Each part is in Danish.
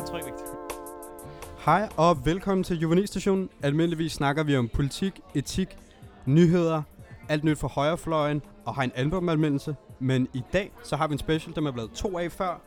Tryk væk. Hej og velkommen til Juvenilstationen. Almindeligvis snakker vi om politik, etik, nyheder, alt nyt fra højrefløjen og har en albumanmeldelse. Men i dag så har vi en special, der er blevet 2 af før.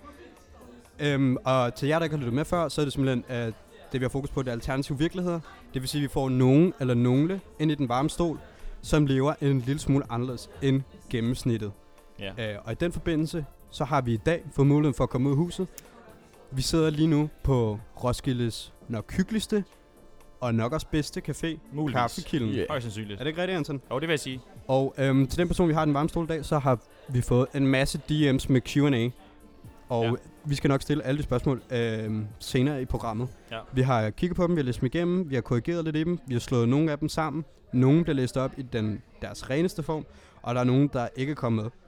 Og til jer, der ikke har lyttet med før, så er det simpelthen, at det vi har fokus på, det er alternative virkeligheder. Det vil sige, at vi får nogen eller nogle ind i den varme stol, som lever en lille smule anderledes end gennemsnittet. Ja. Og i den forbindelse, så har vi i dag fået muligheden for at komme ud af huset. Vi sidder lige nu på Roskildes nok hyggeligste og nok også bedste café, Kaffekilden. Yeah. Højst sandsynligt. Er det ikke rigtigt, Anton? Jo, det vil jeg sige. Og til den person, vi har i den varme stol i dag, så har vi fået en masse DM's med Q&A. Og vi skal nok stille alle de spørgsmål senere i programmet. Ja. Vi har kigget på dem, vi har læst dem igennem, vi har korrigeret lidt i dem, vi har slået nogle af dem sammen. Nogle bliver læst op i deres reneste form, og der er nogle, der ikke er kommet med.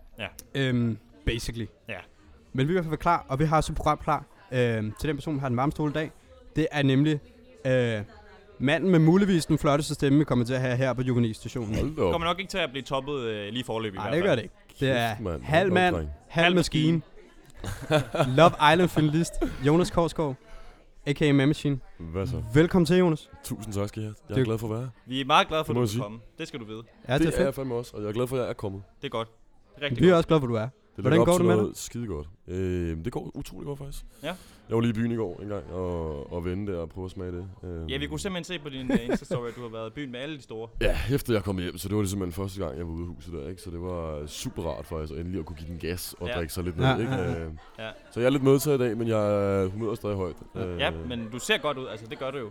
Ja. Basically. Ja. Men vi er i hvert fald klar, og vi har også et program klar til den person, vi har den varme stol i dag. Det er nemlig manden med muligvis den flotteste stemme, vi kommer til at have her på Juvenilstationen. Det kommer nok ikke til at blive toppet lige forløbig. Nej, det gør det ikke. Det er halv mand, halv maskine. Love Island finalist, Jonas Korsgaard, a.k.a. Machine. Hvad så? Velkommen til, Jonas. Tusind tak skal I have. Jeg er glad for at være her. Vi er meget glade for, at du er kommet. Det skal du vide. Ja, det er jeg fandme også, og jeg er glad for, at jeg er kommet. Det er godt. Det er rigtig Vi er godt. også glade for, at du er. Hvordan går det med dig? Skide godt. Det går utrolig godt, faktisk. Ja. Jeg var lige i byen i går en gang og vende der og prøve at smage det. Ja, vi kunne simpelthen se på din Insta-story, at du har været i byen med alle de store. Ja, efter jeg kom hjem, så det var det simpelthen første gang, jeg var ude af huset der, ikke? Så det var super rart faktisk, at endelig at kunne give den gas og drikke sig lidt ned, ikke? Så jeg er lidt medtaget i dag, men jeg humører stadig højt. Ja, men du ser godt ud, altså det gør du jo.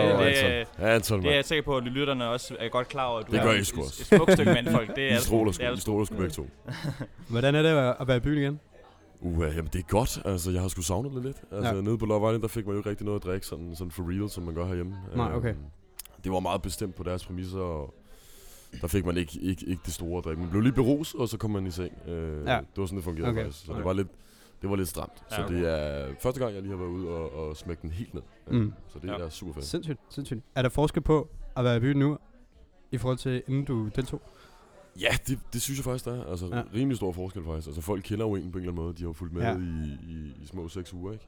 Anton, det er jeg sikker på, at lytterne også er godt klar over, at du det er et smukt stykke mandfolk. Det er stråler sgu begge to. Hvordan er det at være i byen igen? Jamen det er godt. Altså, jeg har sgu savnet det lidt. Altså, nede på Love Island, der fik man jo ikke rigtig noget at drikke, sådan for real, som man gør herhjemme. Nej, okay. Det var meget bestemt på deres præmisser, og der fik man ikke det store at drikke. Man blev lige beruset, og så kom man i seng. Det var sådan, det fungerede faktisk. Så det var lidt stramt. Så det er første gang, jeg lige har været ude og smække den helt ned. Så det er super fedt. Sindssygt. Er der forskel på at være i byen nu, i forhold til inden du deltog? Ja, det synes jeg faktisk, der er. Altså, rimelig stor forskel faktisk. Altså, folk kender jo en på en eller anden måde. De har jo fulgt med i små 6 uger, ikke?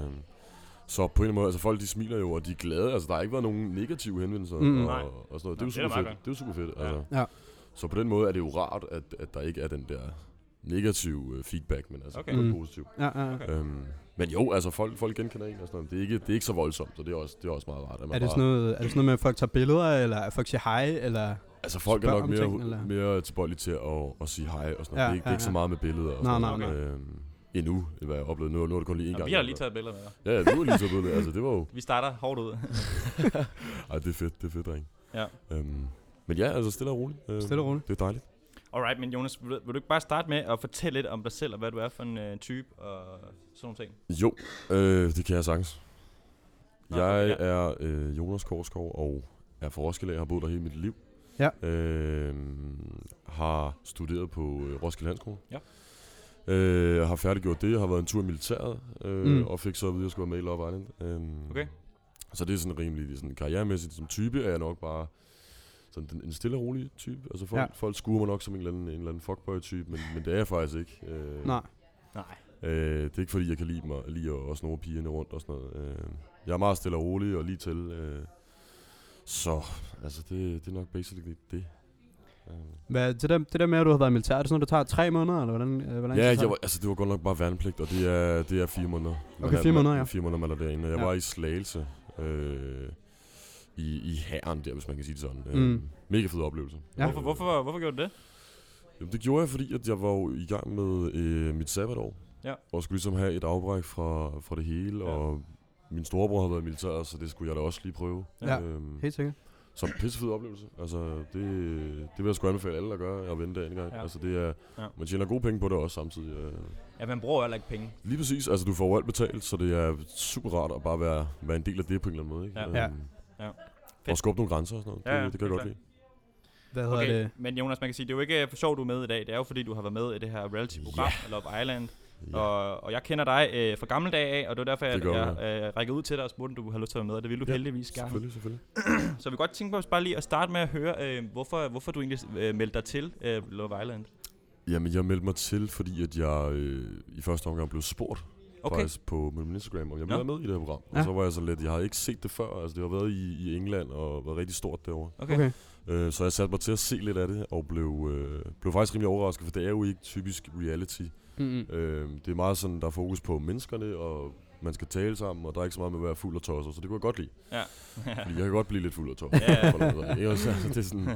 Så på en eller anden måde, altså folk de smiler jo, og de er glade. Altså, der har ikke været nogen negative henvendelser og sådan noget. Det er jo super fedt. Det er jo super fedt. Altså. Så på den måde er det jo rart, at der ikke er den der negative feedback, men altså positiv. Men jo, altså folk genkender en og sådan noget. Det er ikke så voldsomt, så det er også meget rart. Er det sådan noget med, at folk tager billeder, eller at folk siger hej, eller... Altså folk er nok mere tilbøjelige til at sige hej og sådan noget. Det er ikke så meget med billeder og sådan noget. Endnu, hvad jeg oplevede. Nu er det kun lige en gang. Vi har lige taget billeder med dig. Ja, du har lige taget billeder. Altså, det var jo... Vi starter hårdt ud. Ej, det er fedt, dreng. Ja. Men ja, altså stille og roligt. Stille og roligt. Det er dejligt. Alright, men Jonas, vil du ikke bare starte med at fortælle lidt om dig selv, og hvad du er for en type og sådan nogle ting? Jo, det kan jeg sagtens. Jeg er Jonas Korsgaard og er fra Roskilde. Jeg har boet der hele mit liv. Ja. Har studeret på Roskilde Handelsskole. Ja. Har færdiggjort det. Jeg har været en tur i militæret, og fik så at vide, at jeg skulle være med i Love Island. Okay. Så det er sådan rimelig sådan karrieremæssigt. Som type er jeg nok bare sådan en stille og rolig type. Altså folk skuer mig nok som en eller anden fuckboy-type, men det er jeg faktisk ikke. Nej. Det er ikke fordi, jeg kan lide at snurre pigerne rundt og sådan noget. Jeg er meget stille og rolig og lige til. Så altså det er nok basically det. Hvad, det der med, at du har været i militær, er det sådan noget, der tager 3 måneder, eller hvordan ja, det var godt nok bare værnepligt, og det er 4 måneder. Okay, 4 måneder, ja. 4 måneder, man er derinde. Jeg var i Slagelse i hæren der, hvis man kan sige det sådan. Mega fed oplevelse. Ja. Hvorfor gjorde du det? Jamen, det gjorde jeg, fordi at jeg var jo i gang med mit sabbatår. Ja. Og skulle ligesom have et afbræk fra det hele, og min storebror havde været i militæret, så det skulle jeg da også lige prøve. Ja, helt sikkert. Så pissefed oplevelse. Altså, det vil jeg sgu anbefale alle at gøre, at vende dagen en gang. Ja. Altså, det er, man tjener gode penge på det også samtidig. Ja, man bruger heller ikke penge. Lige præcis. Altså, du får jo alt betalt, så det er super rart at bare være en del af det på en eller anden måde. Ikke? Ja. Og skubbe nogle grænser og sådan noget. Det kan jeg godt lide. Hvad hedder det? Men Jonas, man kan sige, det er jo ikke for sjovt, du er med i dag. Det er jo fordi, du har været med i det her reality-program, Love Island. Ja. Og jeg kender dig fra gamle dage af, og det var derfor, jeg rækkede ud til dig og spurgte, om du har lyst til at være med, og det ville du heldigvis gerne. Selvfølgelig. Så vi godt tænke på bare lige at starte med at høre, hvorfor du egentlig meldte dig til Love Island. Jamen, jeg meldte mig til, fordi at jeg i første omgang blev spurgt faktisk på min Instagram, og jeg ville være med i det her program. Og så var jeg så lidt, jeg havde ikke set det før, altså det har været i England og været rigtig stort derovre. Okay. Så jeg satte mig til at se lidt af det, og blev faktisk rimelig overrasket, for det er jo ikke typisk reality. Det er meget sådan, der er fokus på menneskerne, og man skal tale sammen, og der er ikke så meget med at være fuld og tosser, så det kunne jeg godt lide. Ja. Fordi jeg kan godt blive lidt fuld og tosser. Det er sådan,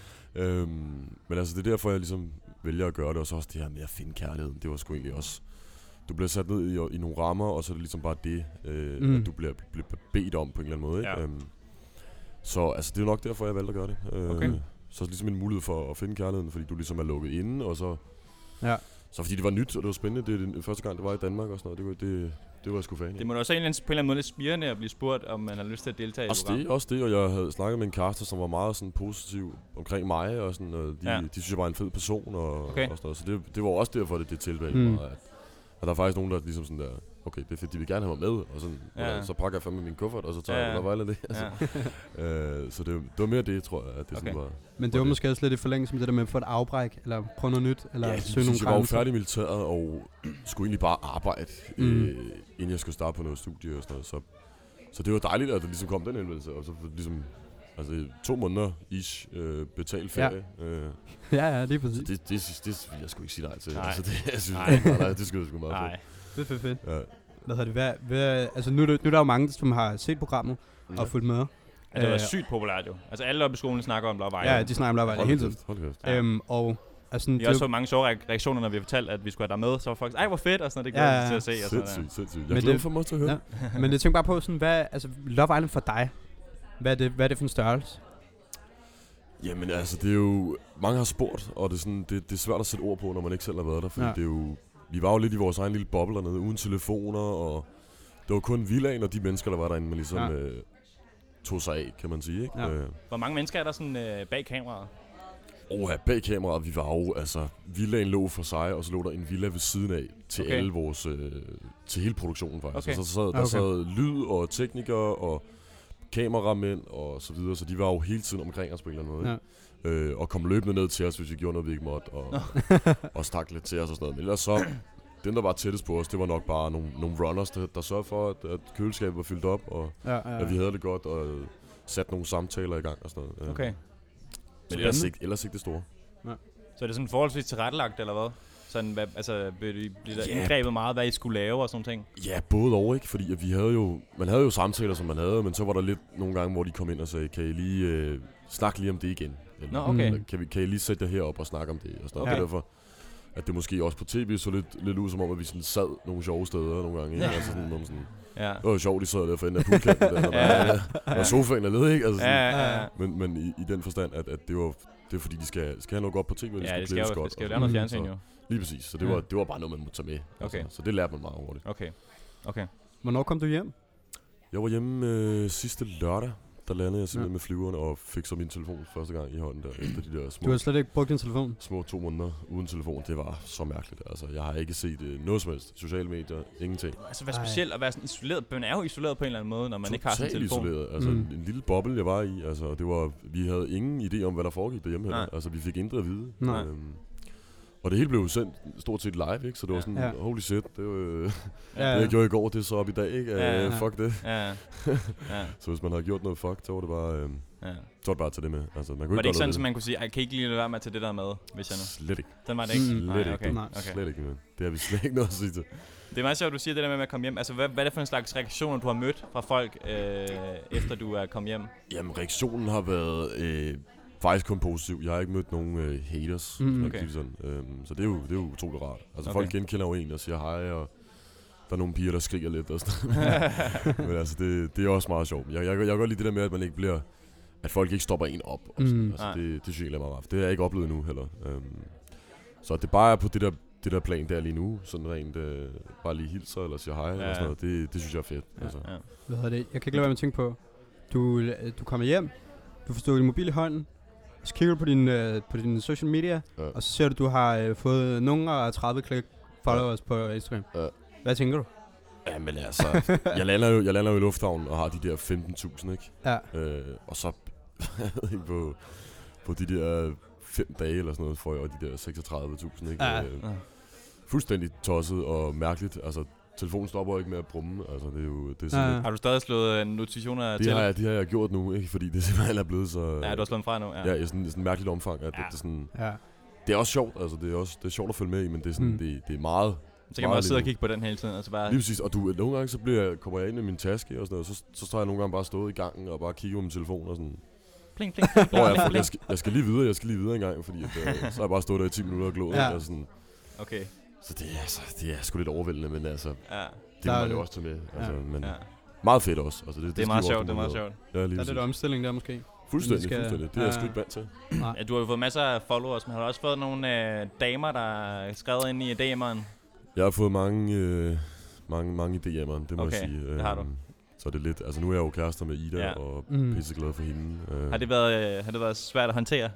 men altså det er derfor, jeg ligesom vælger at gøre det, og så også det her med at finde kærligheden. Det var sgu egentlig også... Du bliver sat ned i nogle rammer, og så er det ligesom bare det, at du bliver bedt om på en eller anden måde. Ikke? Så altså, det er nok derfor, jeg valgte at gøre det. Så er det ligesom en mulighed for at finde kærligheden, fordi du ligesom er lukket inde, og så... Ja. Så fordi det var nyt, og det var spændende. Det er den første gang, det var i Danmark og sådan noget. Det var jeg sgu fan i. Det må da også på en eller anden måde lidt spirende at blive spurgt, om man har lyst til at deltage i programmet. Også det, og jeg havde snakket med en kæreste, som var meget sådan positiv omkring mig, og sådan, og de synes, jeg var en fed person, og sådan noget. Så det var også derfor, det tilbage mig, at der er faktisk nogen, der ligesom sådan der, okay, det er fedt, de vil gerne have mig med, og sådan, så pakker jeg fandme min kuffert, og så tager jeg der det. Altså. Så det var mere det, tror jeg, at det sådan var. Men det var måske også lidt i forlængelse med det der med at få et afbræk, eller prøve noget nyt, eller søge nogle grænser. Jeg var jo færdig i militæret, og skulle egentlig bare arbejde, inden jeg skulle starte på noget studie og sådan noget. Så det var dejligt, at der ligesom kom den henvendelse, og så ligesom... Altså 2 måneder ish betalt ferie. Ja, det er præcis. Det vil jeg sgu ikke sige nej til. Nej. Altså, det synes jeg, det skulle sgu meget fedt. Det er fedt. Ja. Hvad hedder det? Altså nu er der jo mange, som har set programmet og fulgt med. Ja, det var sygt populært jo. Altså alle oppe i skolen snakker om Love Island. Ja, de snakker om Love Island hele tiden. Hold kæft. Og altså, vi også så mange sjove reaktioner, når vi fortalte, at vi skulle have dig med. Så var folk, ej hvor fedt, og sådan noget. Det glæder til at se. Sindssygt. Jeg glæder for mig til at høre. Ja. Men jeg tænker bare på, sådan, altså Love Island for dig, hvad er det for en størrelse? Jamen altså, det er jo... Mange har spurgt, og det er, sådan, det er svært at sætte ord på, når man ikke selv har været der. Fordi det er jo... Vi var jo lidt i vores egen lille boble dernede, uden telefoner, og det var kun villaen og de mennesker, der var derinde, man ligesom tog sig af, kan man sige. Ikke? Ja. Hvor mange mennesker er der sådan bag kameraet? Bag kameraet, vi var jo, altså, villaen lå for sig, og så lå der en villa ved siden af til alle vores... til hele produktionen, faktisk. Okay. Så der sad lyd og teknikere og kameramænd og så videre, så de var jo hele tiden omkring os på en eller anden måde. Ja. Og kom løbende ned til os, hvis vi gjorde noget, vi ikke måtte, og stak lidt til os og sådan noget. Men ellers så, den der var tættest på os, det var nok bare nogle runners, der sørgede for, at køleskabet var fyldt op, og at vi havde det godt, og satte nogle samtaler i gang og sådan noget. Okay. Men ellers ikke det store. Ja. Så er det sådan forholdsvis tilrettelagt, eller hvad? Sådan, bliver der indgrebet meget, hvad I skulle lave og sådan ting? Ja, både og, ikke? Fordi at man havde jo samtaler, som man havde, men så var der lidt nogle gange, hvor de kom ind og sagde, kan I lige snakke lige om det igen? Eller, kan I lige sætte jer herop og snakke om det? Og sådan noget. Det er derfor, at det måske også på tv så lidt ud som om, at vi sådan sad nogle sjove steder nogle gange. Ikke? Altså sådan, det var sjovt, de sad der for enden af poolkanten der, og sofaen er led, ikke? Altså sådan, men i den forstand, at det er fordi, de skal have noget godt på tv, og de skal klædes godt. Det skal jo være noget fjernsyn, jo. Lige præcis, så det var bare noget, man måtte tage med. Okay. Altså, så det lærte man meget hurtigt. Okay. Hvornår kom du hjem? Jeg var hjemme sidste lørdag. Der landede jeg simpelthen med flyverne og fik så min telefon første gang i hånden der, efter de der små... Du har slet ikke brugt din telefon? Små 2 måneder uden telefon. Det var så mærkeligt. Altså, jeg har ikke set noget som helst. Sociale medier, ingenting. Altså, hvad specielt at være sådan isoleret? Man er jo isoleret på en eller anden måde, når man ikke har sin telefon. Totalt isoleret. Altså, en lille boble, jeg var i. Altså, vi havde ingen idé om, hvad der foregik derhjemme her. Altså, vi fik intet at vide. Og det hele blev sendt stort set live, ikke? Så det var sådan, holy shit, det var det jeg gjorde i går, det er så op i dag, ikke? Fuck det. Så hvis man havde gjort noget fuck, så var det bare, så var det bare at tage det med. Altså, man kunne var det ikke sådan, at man kunne sige, jeg kan ikke lige lade være med at tage det der med, hvis jeg nu? Slet ikke. Den var det ikke? Slet ikke, men det har vi slet ikke noget at sige til. Det er meget sjovt, du siger det der med at komme hjem. Altså, hvad er det for en slags reaktioner, du har mødt fra folk, efter du er kommet hjem? Jamen, reaktionen har været... faktisk kun positiv. Jeg har ikke mødt nogen haters. Så det er jo utroligt rart. Altså folk genkender jo en og siger hej, og der er nogle piger, der skriger lidt og sådan. Men altså det er også meget sjovt. Jeg kan godt lide det der med, at man ikke bliver, at folk ikke stopper en op. Og sådan. Altså, det synes jeg egentlig er meget rart. Det har jeg ikke oplevet nu heller. Så det bare er på det der plan der lige nu, sådan rent bare lige hilser eller siger hej eller sådan noget. Det synes jeg er fedt. Altså. Hvad hedder det? Jeg kan ikke lade være med at tænke på, du kommer hjem, du får din mobil i hånden. Så kigger du på din social media, og så ser du har fået nogle 30 followers på Instagram. Hvad tænker du? Jamen altså, jeg lander jo i lufthavnen og har de der 15.000, ikke? Ja. Og så på de der 5 dage eller sådan noget, får jeg de der 36.000, ikke? Fuldstændig tosset og mærkeligt. Altså, telefonen stopper ikke med at brumme. Altså, det er jo... Det er sådan Har du stadig slået notifikationer til? Det har jeg gjort nu, ikke? Fordi det simpelthen er blevet så... Ja, du har slået den fra nu, Ja, i sådan et mærkeligt omfang. At det er sådan... Ja. Det er også sjovt, altså det er sjovt at følge med i, men det er sådan, det er meget... Så kan man også sidde og kigge på den hele tiden, altså bare... Lige præcis, og nogle gange så kommer jeg ind med min taske og sådan noget, så står jeg nogle gange bare stået i gangen og bare kigger på min telefon og sådan... Pling, pling, jeg skal lige videre en gang, fordi så har jeg bare stået der i 10 minutter og glået, og sådan... Okay. Så det er sgu lidt overvældende, men altså... Det må man jo også tage med, altså, men... Meget fedt også. Altså, det er meget sjovt, det er meget sjovt. Ja, der er lidt omstilling der måske. Fuldstændig. Det er jeg sgu ikke vant til. Ja, du har jo fået masser af followers, men har du også fået nogle damer, der er skrevet ind i DM'eren? Jeg har fået mange i DM'eren, det må jeg sige. Det har du. Så det er lidt, altså nu er jeg jo kærester med Ida, og pisseglad for hende. Har det været svært at håndtere?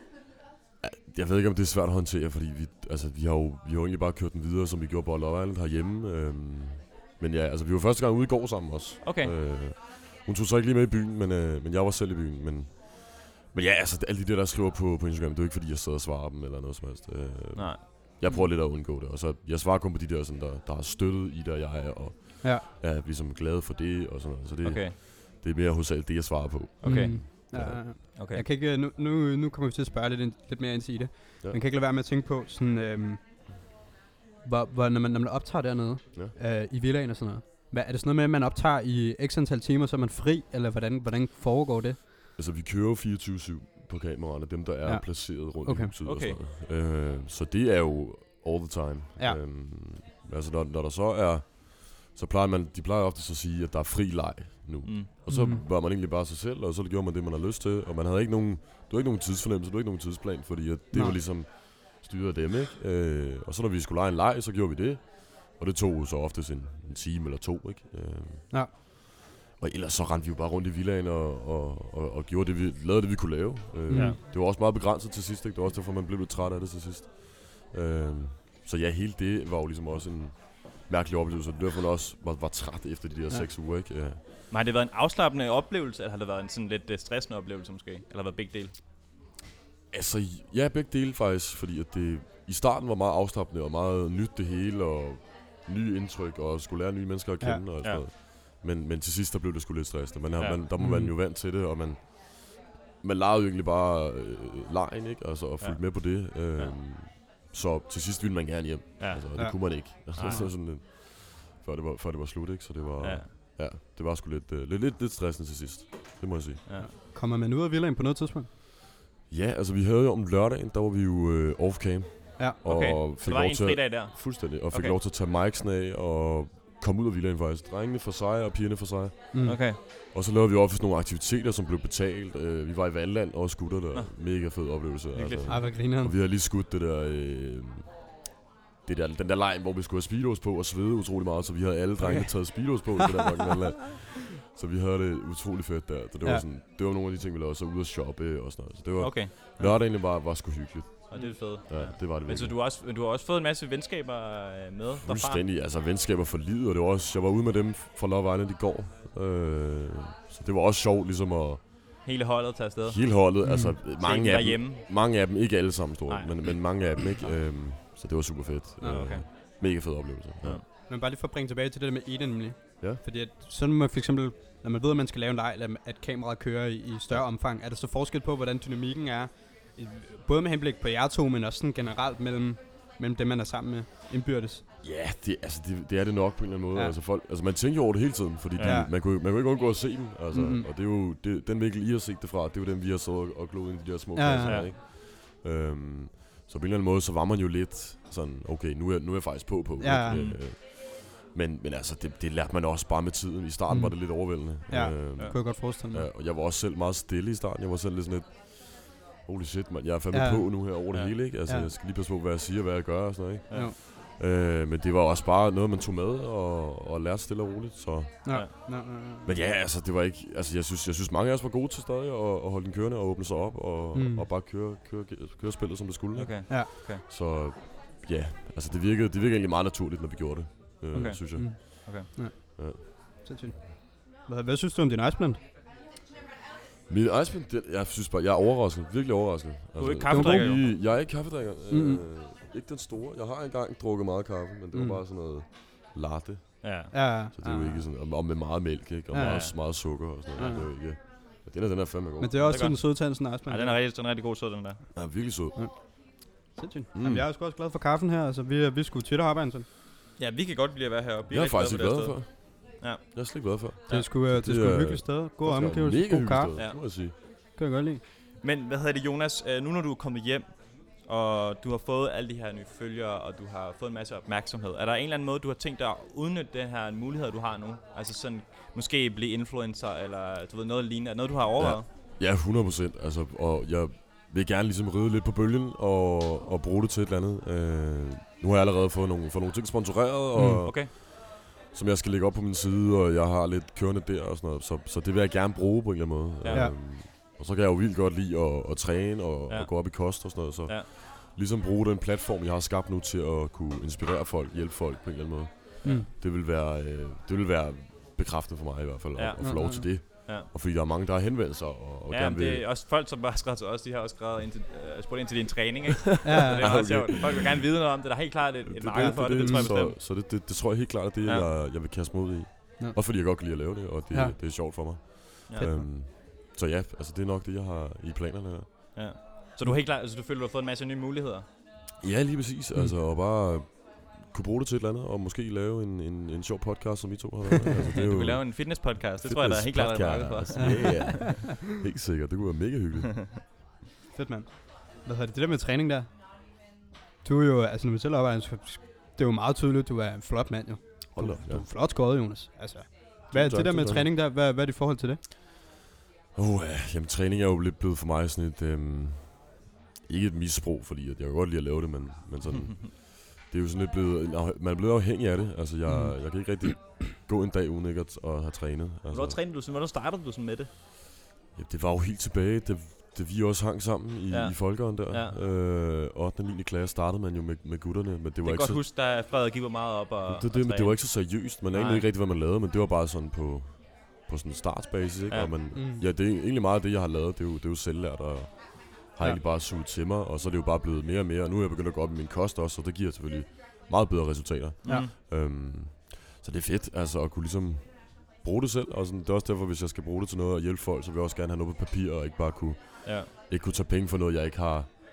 Jeg ved ikke, om det er svært at håndtere, fordi vi har jo egentlig bare kørt den videre, som vi gjorde på Love Island herhjemme. Men ja, altså vi var første gang ude i går sammen også. Okay. Hun tog så ikke lige med i byen, men jeg var selv i byen. Men ja, altså alle de der skriver på Instagram, det er jo ikke fordi, jeg sidder og svarer dem eller noget som helst. Nej. Jeg prøver lidt at undgå det, og så jeg svarer kun på de der, sådan, der har støttet Ida og jeg, og er ligesom glade for det og sådan noget. Så det er mere hos alt det, jeg svarer på. Okay. Okay. Jeg kan ikke, nu kommer vi til at spørge lidt mere ind til det. Ja. Man kan ikke lade være med at tænke på, sådan, når man optager dernede i villaen og sådan noget. Er det sådan noget med, at man optager i x antal timer, så er man fri, eller hvordan foregår det? Altså vi kører 24/7 på kameraerne, dem der er placeret rundt i huset og sådan noget. Så det er jo all the time. Ja. Altså når der så er... Så de plejer ofte så at sige, at der er fri leg nu. Og så var man egentlig bare sig selv, og så gjorde man det, man har lyst til. Og man havde ikke nogen tidsfornemmelse, ikke nogen tidsplan, fordi det var ligesom styret af dem, ikke? Og så når vi skulle lege en leg, så gjorde vi det. Og det tog så ofte en time eller to, ikke? Og ellers så rendte vi jo bare rundt i villaen og gjorde det, lavede det, vi kunne lave. Det var også meget begrænset til sidst, ikke? Det var også derfor, man blev lidt træt af det til sidst. Så ja, hele det var jo ligesom også en mærkelig oplevelse, og derfor man også var træt efter de der 6 uger, ikke? Ja. Men har det været en afslappende oplevelse, eller har det været en sådan lidt stressende oplevelse måske? Eller har det været begge dele? Altså, ja, begge dele faktisk, fordi at det i starten var meget afslappende og meget nyt det hele, og nye indtryk, og skulle lære nye mennesker at kende og sådan noget. Men til sidst, der blev det sgu lidt stressende. Der må man jo vant til det, og man legede jo egentlig bare legen, ikke? Altså, og fulgte med på det. Så til sidst ville man gerne hjem. Altså, det kunne man ikke. Altså, sådan, før det var slut, ikke? Så det var... det var sgu lidt stressende til sidst. Det må jeg sige. Ja. Kommer man ud af villaen på noget tidspunkt? Ja, altså vi havde jo om lørdagen, der var vi jo off-cam. Ja, okay. Og så der var en fridag der? Fuldstændig. Og fik lov til at tage mic'en af og komme ud af villaen faktisk. Drengene for sig og pigerne for sig. Okay. Og så lavede vi også nogle aktiviteter, som blev betalt. Vi var i Vandland og skutter der. Mega fed oplevelse. Altså. Og vi havde lige skudt det der... den der leg, hvor vi skulle have speedos på og svede utrolig meget, så vi havde alle drengene taget speedos på. Så vi havde det utrolig fedt der. Så det var nogle af de ting, vi lavede, så ude at shoppe og sådan noget. Så det var lørdagen var sgu hyggeligt. Og det er fedt. Ja, det var det. Men så du har også fået en masse venskaber med derfra? Fuldstændig, altså venskaber for livet, og det var også, jeg var ude med dem fra Love Island i går. Så det var også sjovt ligesom at... Hele holdet tager afsted? Hele holdet, altså mange af dem, ikke alle sammen store, men mange af dem, ikke? Så det var super fedt. Mega fed oplevelse. Ja. Men bare lige for at bringe tilbage til det der med Eden nemlig. Ja. Fordi at, sådan man for eksempel, når man ved, at man skal lave en leg, eller at kameraet kører i større omfang, er der så forskel på, hvordan dynamikken er, både med henblik på jer to, men også sådan generelt mellem dem, man er sammen med indbyrdes? Ja, det er det nok på en eller anden måde. Altså man tænker over det hele tiden, fordi man kunne ikke undgå at se dem. Altså, og det er jo den vinkel, I har set det fra, det er jo den, vi har så og gloet ind i de der små klasser, ikke? Så på en eller anden måde, så var man jo lidt sådan, okay, nu er jeg faktisk på. Men altså, det lærte man også bare med tiden. I starten var det lidt overvældende. Ja, kunne jeg godt forestille mig. Og jeg var også selv meget stille i starten. Jeg var selv lidt sådan lidt, holy shit, man, jeg er fandme på nu her over det hele, ikke? Altså, jeg skal lige passe på, hvad jeg siger, hvad jeg gør og sådan noget, ikke? Ja. Men det var også bare noget, man tog med og lærte stille og roligt, så... Men ja, altså, det var ikke... Altså, jeg synes mange af os var gode til stadig at holde den kørende og åbne sig op og bare køre spillet, som det skulle. Okay. Så ja, altså, det virkede egentlig meget naturligt, når vi gjorde det, synes jeg. Sindssygt. Hvad synes du om din Iceblend? Min Iceblend, jeg synes bare, jeg er overrasket, virkelig overrasket. Du er ikke kaffedrikker, jo? Jeg er ikke kaffedrikker. Ikke den store. Jeg har engang drukket meget kaffe, men det var bare sådan noget latte. Ja. Så det er jo ikke sådan, og med meget mælk, ikke? Og meget sukker og sådan noget. Det er jo ikke... Den er fandme god. Men det er også til den søde tand snart. Ja, den er rigtig god sød, den der. Ja, virkelig sød. Ja. Sindssygt. Jamen, jeg er sgu også glad for kaffen her. Altså, vi skulle tit have arbejdet. Ja, vi kan godt lide at være heroppe. Jeg har faktisk ikke været før. Ja. Jeg har slet ikke været før. Det er sgu et hyggeligt sted. God omgivelse, god kaffe. Må jeg sige. Kan jeg godt lide. Men hvad hedder det, Jonas? Nu når du er kommet hjem, og du har fået alle de her nye følgere, og du har fået en masse opmærksomhed, er der en eller anden måde, du har tænkt dig at udnytte den her mulighed, du har nu? Altså sådan, måske blive influencer, eller du ved, noget lignende. Er noget, du har overvejet? Ja, 100%. Altså, og jeg vil gerne ligesom ride lidt på bølgen, og bruge det til et eller andet. Nu har jeg allerede fået nogle ting sponsoreret, og som jeg skal lægge op på min side, og jeg har lidt kørende der og sådan noget. Så det vil jeg gerne bruge på en eller anden måde. Ja. Og så kan jeg jo vildt godt lide at træne og gå op i kost og sådan noget. Så ligesom bruge den platform, jeg har skabt nu til at kunne inspirere folk, hjælpe folk på en eller anden måde. Det vil være bekræftende for mig i hvert fald, at få lov til det. Ja. Og fordi der er mange, der har henvendt sig og gerne vil... det er også folk, som bare har skrevet til os, de har også spurgt ind til din træning, ikke? Så det er også sjovt. Folk vil gerne vide noget om det. Der er helt klart et marked for det tror jeg bestemt. Så det tror jeg helt klart, at det jeg vil kaste mig ud i. Ja. Også fordi jeg godt kan lide at lave det, og det er sjovt for mig. Ja. Så ja, altså det er nok det, jeg har i planerne her. Ja. Så du er helt klart, altså du føler, du har fået en masse nye muligheder? Ja, lige præcis. Altså, og bare kunne bruge det til et eller andet, og måske lave en sjov podcast, som I to har lavet. Altså, det er du vil lave en fitness-podcast, det tror jeg, der er helt klart marked for os. Ja, helt sikkert. Det kunne være mega hyggeligt. Fedt, mand. Hvad hedder det der med træning der? Du er jo, altså når vi selv arbejder, det er jo meget tydeligt, du er en flot mand jo. Hold da, du er flot skåret, Jonas. Altså, hvad er det der med træning der? Hvad er det i forhold til det? Jamen træning er jo lidt blevet for mig sådan et, ikke et misbrug, fordi jeg kan godt lide at lave det, men sådan, det er jo sådan lidt blevet, man er blevet afhængig af det. Altså jeg kan ikke rigtig gå en dag uden ikke at have trænet. Altså. Hvornår trænede du sådan? Hvornår startede du sådan med det? Ja, det var jo helt tilbage, da vi også hang sammen i Folkeånd der. 8. og 9. klasse startede man jo med gutterne, men det var ikke godt huske, da Frederik gik meget op og det var ikke så seriøst. Man anede ikke rigtig, hvad man lavede, men det var bare sådan på sådan en startsbasis, ikke? Ja. Og det er egentlig meget af det, jeg har lavet. Det er jo selvlært, og har egentlig bare suget til mig, og så er det jo bare blevet mere og mere. Og nu er jeg begyndt at gå op i min kost også, og det giver selvfølgelig meget bedre resultater. Ja. Så det er fedt, altså at kunne ligesom bruge det selv. Og sådan, det er også derfor, hvis jeg skal bruge det til noget og hjælpe folk, så vil jeg også gerne have noget på papir, og ikke bare kunne tage penge for noget, jeg ikke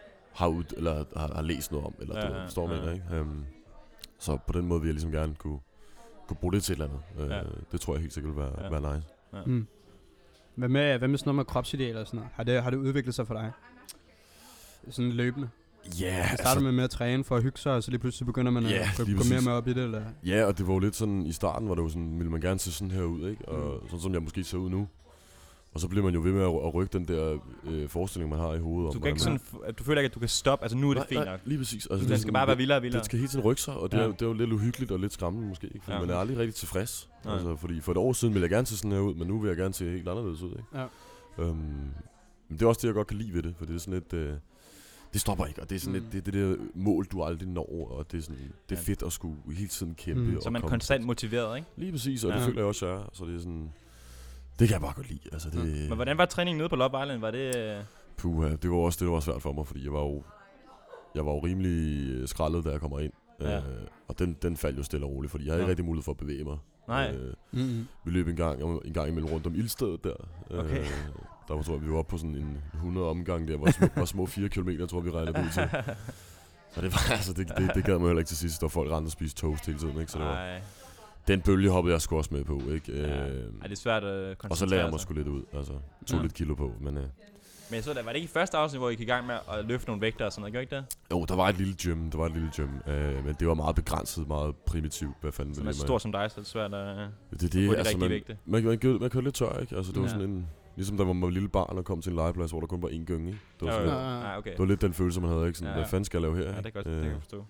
har læst noget om, eller du står med, ikke? Så på den måde vil jeg ligesom gerne kunne bruge det til et eller andet. Det tror jeg helt sikkert vil være nice. Ja. Hvad med sådan noget med kropsidealer og sådan noget? Har det udviklet sig for dig? Sådan løbende? Ja, så starter man med at træne for at hygge sig, og så lige pludselig begynder man at gå mere med op i det, eller? Ja, og det var jo lidt sådan, i starten var det jo sådan, ville man gerne se sådan her ud, ikke? Og sådan som jeg måske ser ud nu. Og så bliver man jo ved med at rykke den der forestilling, man har i hovedet. Du kan ikke sådan, du føler ikke, at du kan stoppe, altså nu er det fint nok. Lige præcis. Altså, det skal bare være vildere og vildere. Det skal hele tiden rykke sig, og det er jo lidt uhyggeligt og lidt skræmmende måske, ikke? Fordi man er aldrig rigtig tilfreds. Altså, fordi for et år siden ville jeg gerne se sådan her ud, men nu vil jeg gerne se helt anderledes ud, ikke? Ja. Men det er også det, jeg godt kan lide ved det, for det er sådan lidt... det stopper ikke, og det er sådan lidt det der mål, du aldrig når, og det er sådan, det er fedt at skulle hele tiden kæmpe. Så man er konstant motiveret, ikke? Lige præcis, og det føler jeg også, jeg er. Så det er sådan... Det kan jeg bare godt lide. Altså, det Men hvordan var træningen nede på Love Island? Var det... Puha, det var også det, der var svært for mig, fordi jeg var jo rimelig skrællet, da jeg kommer ind. Ja. Og den faldt jo stille og roligt, fordi jeg havde ikke rigtig mulighed for at bevæge mig. Nej. Vi løb en gang imellem rundt om Ildstedet der. Okay. Der var, tror jeg, vi var oppe på sådan en 100 omgang der, hvor små 4 kilometer, tror jeg, vi regnede ud til. Så det var altså, det gad mig heller ikke til sidst, der folk rendte og spiste toast hele tiden, ikke? Så det var... Den bølge hoppede jeg sgu også med på, ikke? Det er svært at koncentrere. Og så lagde jeg mig sgu lidt ud, altså tog lidt kilo på, men... Men så var det ikke i første afsnit, hvor I gik i gang med at løfte nogle vægter og sådan noget, gjorde ikke det? Jo, der var et lille gym, men det var meget begrænset, meget primitivt, hvad fanden det er. Så stor som dig, så er det svært at få de rigtige vægte. Man kørte lidt tør, ikke? Altså det var sådan en... Ligesom da man var lille barn og kom til en legeplads, hvor der kun var én gynge, ikke? Det var, okay. Det var lidt den følelse, man havde, ikke? Sådan, hvad fanden skal jeg lave her? Ja, det er godt, det kan jeg forstå.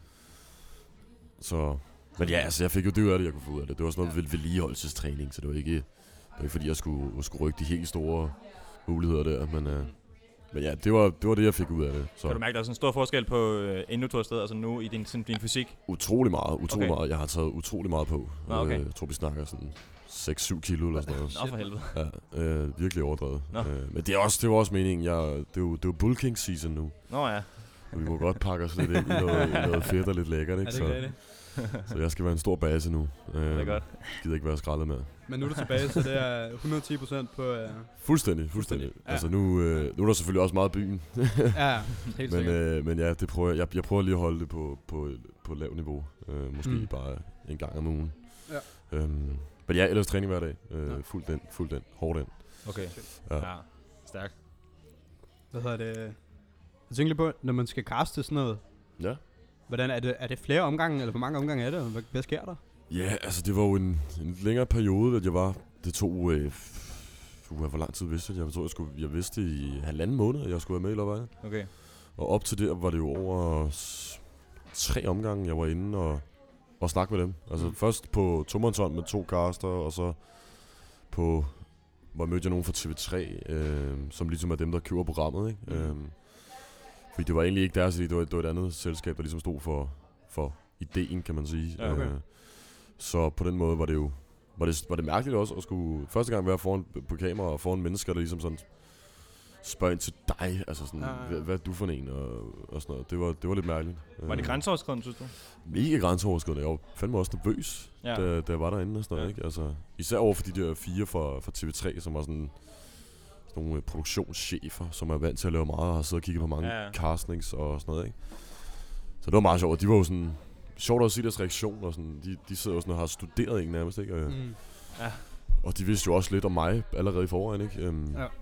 Så... Men ja, altså jeg fik jo det ud af det, jeg kunne få ud af det. Det var sådan noget vedligeholdelsestræning, så det var ikke fordi jeg skulle rykke de helt store muligheder der, men ja, det var det, jeg fik ud af det. Så. Kan du mærke, der er sådan en stor forskel på inden du tog afsted, altså nu i din fysik? Utrolig meget. Jeg har taget utrolig meget på. Okay. Jeg tror, vi snakker sådan 6-7 kilo eller sådan noget. Nå for helvede. Ja, virkelig overdrevet. Men det var også meningen. Det er jo bulking season nu. Nå ja. Og vi må godt pakke os lidt ind i noget fedt og lidt lækkert, ikke? Ja, det er det. Så jeg skal være en stor base nu. Det er godt. Gider ikke være skrællet med. Men nu er du tilbage, så det er 110% på... Fuldstændig. Ja. Altså nu er der selvfølgelig også meget byen. Ja, helt sikkert. Men ja, det prøver jeg prøver lige at holde det på lavt niveau. Måske bare en gang om ugen. Ja. Men ja, ellers træning hver dag. Fuld den. Hårdt den. Okay. Ja. Stærkt. Hvad hedder det? Jeg tænker lige på, når man skal kaste sådan noget. Ja. Hvordan er det flere omgange, eller hvor mange omgange er det? Hvad sker der? Ja, altså det var jo en længere periode, at jeg var... Det tog... hvor lang tid vidste jeg? Jeg vidste i 1,5 måned, at jeg skulle være med i Love Island. Okay. Og op til det var det jo over 3 omgange, jeg var inde og snakke med dem. Altså først på tomandshånd med 2 caster, og så hvor mødte jeg nogen fra TV3, som ligesom er dem, der køber programmet, ikke? Fordi det var egentlig ikke deres idé, det var et andet selskab, der ligesom stod for ideen, kan man sige. Ja, okay. Så på den måde var det jo var det mærkeligt også at skulle første gang være foran på kamera og foran mennesker, der ligesom sådan spørger ind til dig, altså sådan, hvad er du for en og sådan noget. Det var lidt mærkeligt. Var det grænseoverskridende, synes du? Mega grænseoverskridende. Jeg var fandme også nervøs, da jeg var derinde og sådan noget, ikke? Altså, især over for de der 4 fra TV3, som var sådan nogle produktionschefer, som er vant til at lave meget og har siddet og kigget på mange castings og sådan noget, ikke? Så det var meget sjovt. De var jo sådan sjovt at se deres reaktion og sådan. De sidder jo sådan og har studeret en nærmest, ikke? Og de vidste jo også lidt om mig allerede i forvejen, ikke?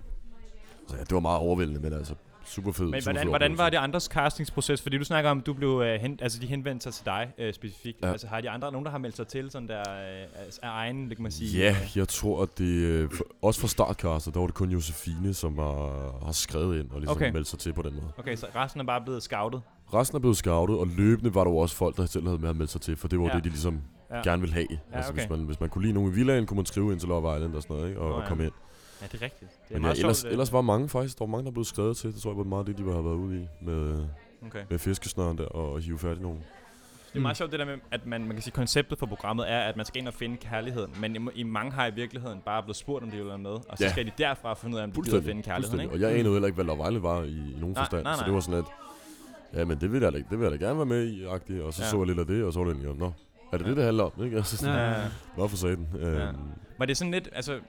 Så ja, det var meget overvældende, men altså super fedt. Men hvordan var det andres castingsproces? Fordi du snakker om, du blev de henvendte sig til dig specifikt. Ja. Altså har de andre nogen, der har meldt sig til sådan der af egen, kan man sige? Ja, jeg tror at det også fra startcastet, der var det kun Josefine, som har skrevet ind og ligesom meldt sig til på den måde. Okay, så resten er bare blevet scoutet? Resten er blevet scoutet, og løbende var der jo også folk, der selv havde meldt sig til, for det var det, de ligesom gerne ville have. Altså hvis man kunne lide nogen i villaen, kunne man skrive ind til Love Island og sådan noget, ikke? Og komme ind. Ja, det er rigtigt. Det er meget sjovt, ellers var mange faktisk, der var mange, der blev skrevet til. Det tror jeg var meget det, de har været ude i med fiskesnøren der og hive færdig nogen. Det er meget sjovt det der med, at man kan sige, konceptet for programmet er, at man skal ind og finde kærligheden. Men i mange har i virkeligheden bare blevet spurgt, om de vil være med. Og så skal de derfra finde ud af, om de gider at finde kærligheden. Ikke? Og jeg anede heller ikke, hvad Love Island var i nogen forstand. Nej. Så det var sådan lidt, ja, men det vil jeg da gerne være med i, agtigt. Og så jeg lidt af det, og så var det egentlig, nå, er det det handler om? Ikke? Altså, nå for satan. Var det sådan lidt, altså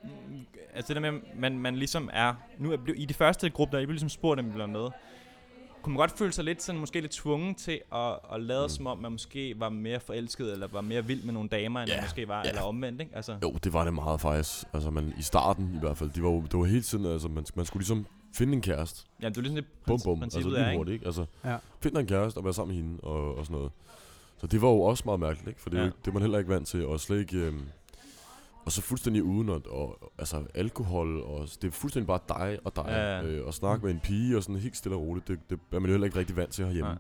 det der med, man ligesom er... Nu er i de første gruppe, der I blev ligesom spurgt, om I blev med. Kunne man godt føle sig lidt sådan, måske lidt tvungen til at lade som om, man måske var mere forelsket, eller var mere vild med nogle damer, end man måske var, eller omvendt, ikke? Altså. Jo, det var det meget faktisk. Altså, i starten i hvert fald, det var hele tiden, altså, man skulle ligesom finde en kæreste. Ja, det var ligesom det princippet altså, er, ikke? Altså, finde en kæreste og være sammen med hende, og sådan noget. Så det var jo også meget mærkeligt, ikke? For det er man heller ikke vant til, og slet ikke... Og så fuldstændig uden altså alkohol, og det er fuldstændig bare dig og dig, og snakke med en pige, og sådan helt stille og roligt, det er man jo heller ikke rigtig vant til herhjemme.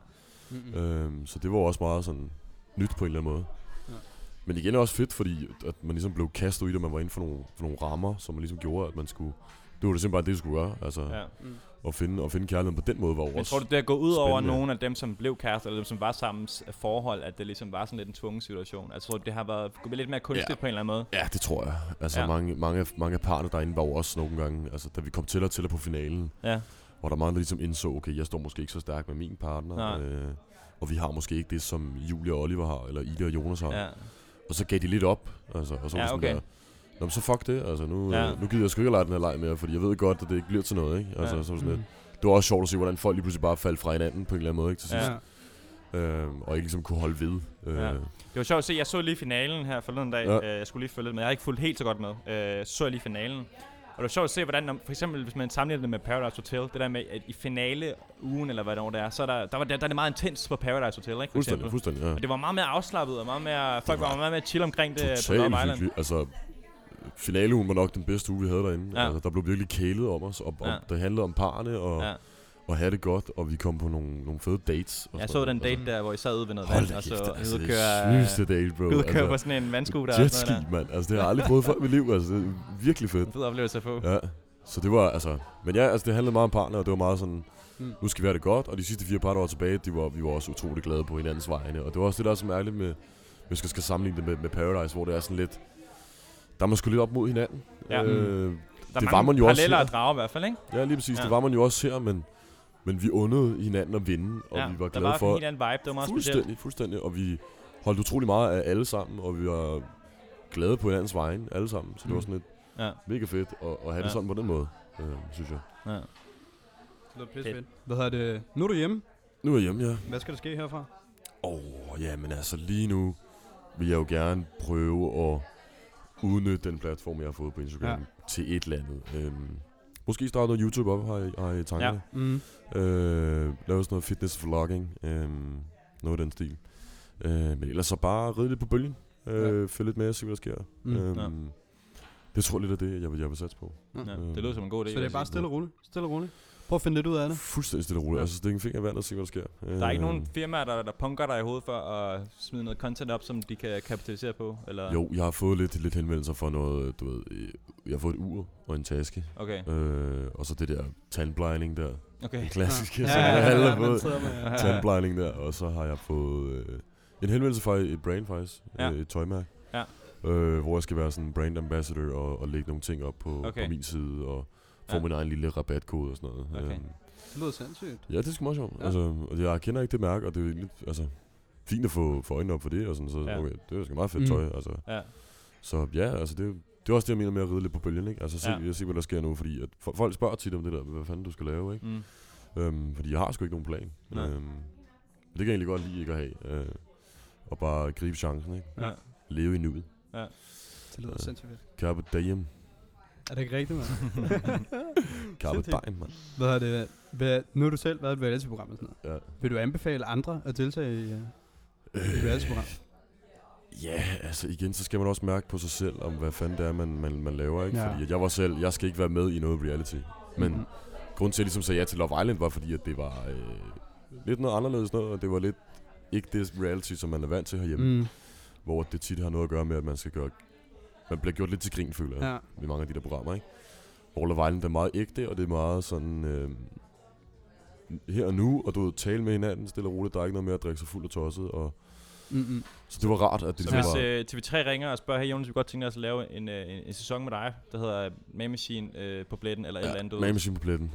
Så det var også meget sådan nyt på en eller anden måde. Men igen er også fedt, fordi at man ligesom blev kastet ud, og man var inde for nogle rammer, som man ligesom gjorde, at man skulle... Det var det simpelthen det, du skulle gøre, altså... Og finde kærligheden på den måde var også. Men tror du, det er gået ud over nogle af dem, som blev kærester, eller dem, som var sammens forhold, at det ligesom var sådan lidt en tvungen situation? Altså, tror du, det har været lidt mere kunstigt på en eller anden måde? Ja, det tror jeg. Altså, mange af parerne derinde var jo også nogle gange, altså, da vi kom til på finalen, hvor der mange, der ligesom indså, okay, jeg står måske ikke så stærk med min partner, og vi har måske ikke det, som Julie og Oliver har, eller Ida og Jonas har. Ja. Og så gav de lidt op, altså, og så var sådan der... Nå, så fuck det, altså nu gider jeg sgu ikke at lege den her leg mere, fordi jeg ved godt, at det ikke bliver til noget, ikke? Altså, så sådan det var også sjovt at se, hvordan folk lige pludselig bare faldt fra hinanden på en eller anden måde, ikke, til sidst. Og ikke ligesom kunne holde ved. Det var sjovt at se, jeg så lige finalen her forleden dag, jeg skulle lige følge med, jeg har ikke fulgt helt så godt med, så jeg lige finalen. Og det var sjovt at se, hvordan, for eksempel hvis man sammenligner det med Paradise Hotel, det der med, at i finale ugen, eller hvad det er, så der er det meget intens på Paradise Hotel, ikke? Fuldstændig, ja. Og det var meget mere afslappet, og meget mere, folk var meget mere chill omkring det på Love Island. Altså, finaleugen var nok den bedste uge, vi havde derinde. Altså, der blev virkelig kælet om os, og det handlede om parerne, og have det godt, og vi kom på nogle fede dates. Jeg så den date der, hvor I sad ude ved noget vand, og så sygeste date, bro. Ud og køre på sådan en vandscooter. Jetski, mand. Altså, det har jeg aldrig prøvet før i mit liv. Altså, det er virkelig fedt. Fed oplevelse at få. Ja, så det var, altså... Men ja, altså, det handlede meget om parerne, og det var meget sådan... Nu skal vi have det godt, og de sidste 4 par, der var tilbage, vi var også utrolig glade på hinandens vegne. Og det var også det, der er så mærkeligt med... Hvis jeg skal sammenligne det med Paradise, hvor det er sådan lidt... Der er man sgu lidt op mod hinanden. Ja. Det var man jo også paralleller at drage i hvert fald, ikke? Ja, lige præcis. Det var man jo også her, men vi undede hinanden at vinde, og vi var glade for... Der var en helt anden vibe, det var meget specielt. Fuldstændig, og vi holdt utrolig meget af alle sammen, og vi var glade på hinandens vejen, alle sammen. Så det var sådan lidt mega fedt at have det sådan på den måde, synes jeg. Ja. Det lyder pisse fedt. Hvad hedder det? Nu er du hjemme? Nu er jeg hjemme, ja. Hvad skal der ske herfra? Ja, men altså lige nu vil jeg jo gerne prøve at udnytte den platform, jeg har fået på Instagram til et eller andet. Måske starte noget YouTube op, har I tanker? Ja. Lave sådan noget fitness vlogging, noget af den stil. Men ellers så bare ride lidt på bølgen. Følge lidt med og se, hvad der sker. Det tror jeg lidt af det, jeg vil satse på. Det lyder som en god idé. Så det er bare stille og roligt? Prøv at finde lidt ud af det. Fuldstændig stille og roligt. Altså, det er en finger værd at se, hvad der sker. Der er ikke nogen firmaer, der punker dig i hovedet for at smide noget content op, som de kan kapitalisere på? Eller? Jo, jeg har fået lidt henvendelser for noget, du ved, jeg har fået et ur og en taske. Okay. Og så det der tandblinding der. Okay. Den klassiske, som alle har fået. Tandblinding der, og så har jeg fået en henvendelse fra et brand faktisk, et tøjmærke. Ja. Hvor jeg skal være sådan brand ambassador og lægge nogle ting op på min side og få min egen lille rabatkode og sådan noget. Okay. Det lyder sindssygt. Ja, det er sgu meget sjovt. Altså, jeg kender ikke det mærke, og det er lidt, altså, fint at få øjnene op for det, og sådan, så okay, det er sgu meget fedt tøj. Altså. Ja. Så ja, altså, det er også det, jeg mener med at ride lidt på bølgen, ikke? Altså, jeg ser, hvad der sker nu, fordi at folk spørger tit om det der, hvad fanden du skal lave, ikke? Fordi jeg har sgu ikke nogen plan. Det kan jeg egentlig godt lide ikke at have. Og bare gribe chancen, ikke? Ja. Leve i nuet. Ja. Det lyder sindssygt fedt. Carpe diem. Er det ikke rigtigt, mand? Carpe diem, mand. Hvad er det? Nu har du selv været i et reality-program og sådan noget. Ja. Vil du anbefale andre at deltage i et reality-program? Ja, altså igen, så skal man også mærke på sig selv, om hvad fanden det er, man laver, ikke? Ja. Fordi jeg skal ikke være med i noget reality. Men grunden til, at jeg ligesom sagde ja til Love Island, var fordi, at det var lidt noget anderledes noget, og det var lidt ikke det reality, som man er vant til herhjemme. Hvor det tit har noget at gøre med, at man bliver gjort lidt til grin, føler jeg, ved mange af de der programmer, ikke? Hvor Love Island er meget ægte, og det er meget sådan her og nu, og du ved, tale med hinanden, stille og roligt, der er ikke noget med at drikke sig fuld og tosset, og så det var rart, at det så hvis TV3 ringer og spørger, hey Jonas, vi godt tænke os at lave en sæson med dig, der hedder Man Machine på pletten, eller et eller andet. Man Machine på pletten.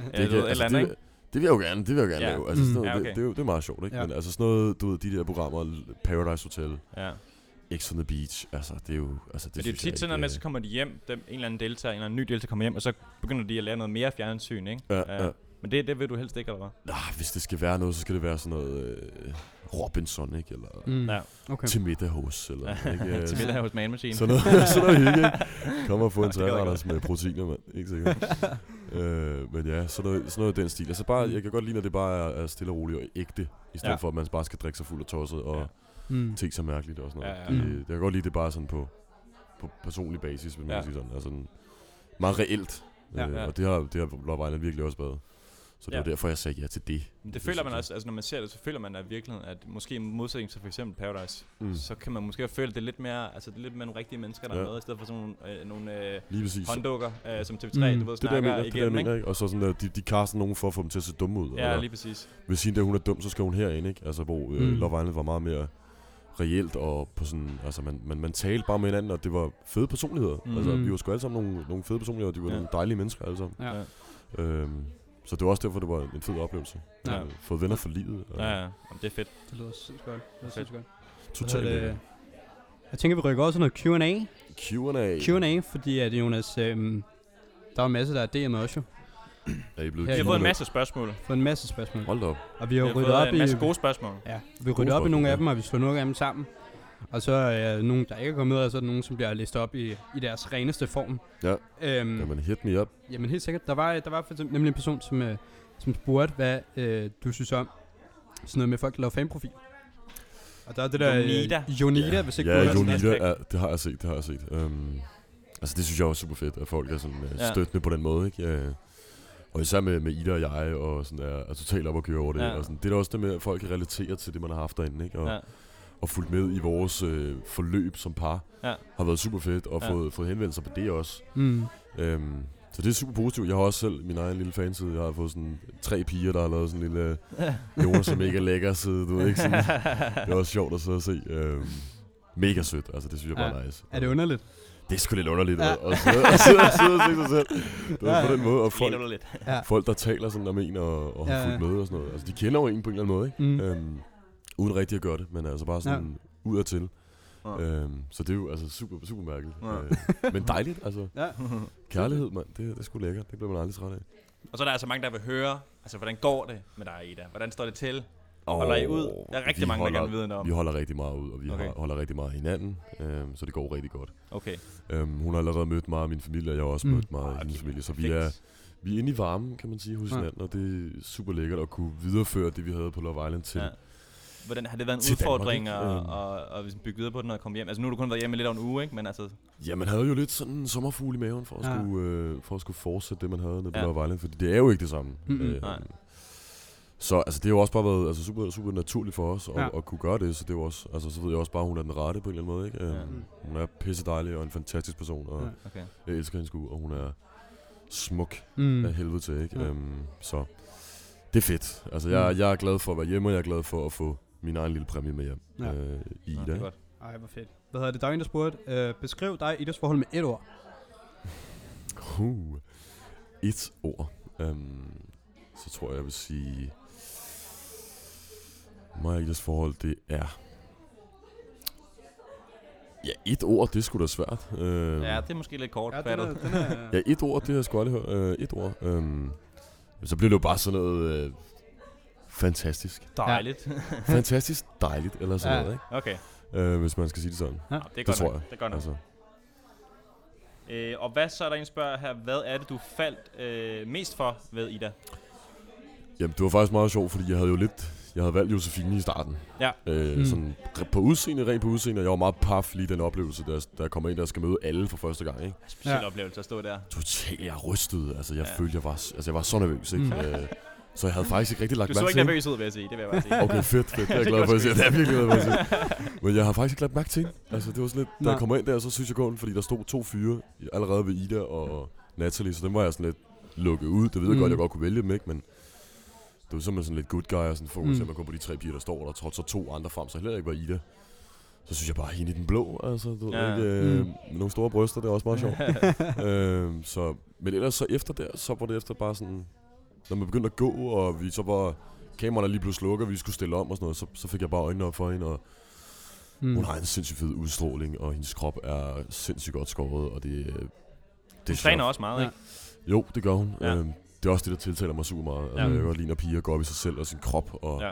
Det vil jeg jo gerne, lave. Altså sådan noget, det er meget sjovt, ikke? Men altså sådan noget, du ved, de der programmer, Paradise Hotel, X on the Beach, altså det er jo, altså det. Men det er jo tit sådan, at så kommer de hjem, en eller anden deltager, en eller anden ny deltager kommer hjem, og så begynder de at lave noget mere fjernsyn, ikke? Ja. Men det vil du helst ikke, eller hvad? Hvis det skal være noget, så skal det være sådan noget Robinson, ikke? Eller til middag hos, eller ikke? Til middag hos Man Machine. Sådan noget hygge, ikke? Kom og få en træretters med proteiner, mand. Ikke sikkert. Men ja, sådan noget den stil. Altså bare, jeg kan godt lide, at det bare er stille og roligt og ægte, i stedet for, at man bare skal drikke sig fuld og tosset og ting så mærkeligt og sådan noget. Jeg kan godt lide, det bare sådan på personlig basis, hvis man kan sige sådan. Altså meget reelt. Og det har Love Island virkelig også været. Så det var derfor, jeg sagde ja til det. Men det føler man også, altså når man ser det, så føler man at virkeligheden, at måske i modsætning til for eksempel Paradise, så kan man måske føle, at det er lidt mere, altså det er lidt mere nogle rigtige mennesker, der er med, i stedet for sådan nogle hånddukker, som TV3, du ved, snakker igennem, ikke? Og så sådan, at de kaster nogen for at få dem til at se dumme ud. Ja, lige præcis. Hvis sige, at hun er dum, så skal hun herind, ikke? Altså, hvor Love Island var meget mere reelt, og på sådan, altså man talte bare med hinanden, og det var fede personligheder. Altså, vi var sgu alle sammen nogle fede personligheder, og de var nogle dejlige mennesker alle sammen. Så det var også derfor, det var en fed oplevelse. Fået venner for livet. Ja, det er fedt. Det lyder sindssygt godt. Totalt. Jeg tænker, vi rykker også noget Q&A. Q&A, fordi at Jonas, der var en masse, der er DM også jo. Vi har fået en masse spørgsmål. Hold op. Og vi har ryddet op i en masse gode spørgsmål. Ja, vi har ryddet op i nogle af dem, og vi slår nogle af dem sammen. Og så er nogle, der ikke er kommet med, og så er der nogle, som bliver læst op i deres reneste form. Ja, jamen hit me up. Jamen helt sikkert. Der var for eksempel nemlig en person, som spurgte, hvad du synes om sådan noget med folk, der laver fanprofil. Og der er det der Jonida, hvis ikke du Jonida, det har jeg set. Altså det synes jeg også super fedt, at folk er sådan støttende på den måde, ikke? Og især med Ida og jeg, og sådan er totalt op at køre over det. Og sådan. Det er da også det med, at folk kan relatere til det, man har haft derinde, ikke? Og fulgt med i vores forløb som par, har været super fedt, og fået henvendelser på det også. Så det er super positivt. Jeg har også selv min egen lille fanside. Jeg har fået sådan 3 piger, der har lavet sådan en lille Jonas, som mega lækker side. Du ved, ikke sådan. Det er også sjovt at sidde og se. Mega sødt. Altså, det synes jeg bare er nice. Er det underligt? Det er sgu lidt underligt at sidde og se sig selv. Det er på den måde. Og folk, der taler sådan om en og har fulgt med og sådan noget. Altså, de kender jo en på en eller anden måde, ikke? Uden rigtig at gøre det, men altså bare sådan udadtil. Så det er jo altså super, super mærkeligt. Men dejligt, altså. Kærlighed, mand, det er sgu lækkert. Det bliver man aldrig træt af. Og så er der altså mange, der vil høre, altså hvordan går det med dig, Ida? Hvordan står det til? Holder I ud? Der er rigtig mange, der gerne vil vide noget om. Vi holder rigtig meget ud, og vi holder rigtig meget hinanden, så det går rigtig godt. Okay. Hun har allerede mødt meget af min familie, og jeg har også mødt meget af hendes familie, så vi er inde i varmen, kan man sige, hos hinanden, og det er super lækkert at kunne videreføre det, vi havde på Love Island til. Hvordan har det været en udfordring at bygge videre på den, når jeg kom hjem? Altså nu har du kun været hjemme lidt over en uge, ikke? Men altså... Ja, man havde jo lidt sådan en sommerfugl i maven for at skulle fortsætte det, man havde nede på Love Island, fordi det er jo ikke det samme. Så altså, det har jo også bare været altså, super, super naturligt for os at kunne gøre det, så det er jo også, altså, så ved jeg også bare, at hun er den rette på en eller anden måde, ikke? Hun er pisse dejlig og en fantastisk person, og jeg elsker hende sgu, og hun er smuk af helvede til, ikke? Så det er fedt. Altså, jeg er glad for at være hjemme, og jeg er glad for at få min egen lille præmie med hjem i Ida. Det er godt. Ej, hvor fedt. Hvad hedder det? Der er en, der spurgte, beskriv dig Idas forhold med et ord. Et ord. Så tror jeg vil sige... Mig og Idas forhold, det er... Ja, et ord, det er sgu da svært. Ja, det er måske lidt kort. Ja, et ord, det har jeg sgu aldrig hørt. Et ord. Så bliver det jo bare sådan noget... fantastisk. Dejligt. Fantastisk dejligt, eller sådan noget, ikke? Okay. Hvis man skal sige det sådan. Ja. Det tror jeg. Det gør nok. Altså. Og hvad så er der en spørger her, hvad er det, du faldt mest for ved Ida? Jamen, det var faktisk meget sjovt, fordi jeg havde valgt Josefine i starten. Ja. Sådan rent på udseende, og jeg var meget paf lige den oplevelse, da jeg kommer ind, der skal møde alle for første gang, ikke? Speciel oplevelse at stå der. Totalt, jeg rystede. Altså, jeg følte, jeg var så nervøs, ikke? Så jeg havde faktisk ikke rigtig lagt mærke til. Du så ikke nervøs ud, vil jeg sige. Det vil jeg bare sige. Okay, fedt. Det er jeg glad for at sige. Det er virkelig glad for at sige. Men jeg har faktisk ikke lagt mærke til hende. Altså, det var sådan lidt, da jeg kommer ind der, så synes jeg kun, fordi der stod 2 fyre allerede ved Ida og Natalie, så dem var jeg sådan lidt lukket ud. Det ved jeg godt, jeg godt kunne vælge dem, ikke? Men det var simpelthen sådan lidt good guy og sådan fokus, at man går på de 3 piger, der står, og der trådte så 2 andre frem, så heller ikke var Ida. Så synes jeg bare, hende i den blå, altså, du ved ikke, nogle store bryster, det er også meget sjovt. Så, men ellers så efter der, så var det efter bare sådan, når man begyndte at gå, og vi så var kameraerne lige pludselig slukker, og vi skulle stille om og sådan noget, så fik jeg bare øjnene op for hende, og hun har en sindssygt fed udstråling, og hendes krop er sindssygt godt skåret, og det hun træner også meget, ikke? Jo, det gør hun. Ja. Det er også det, der tiltaler mig super meget. Altså, jeg kan godt lide, når piger går op i sig selv og sin krop,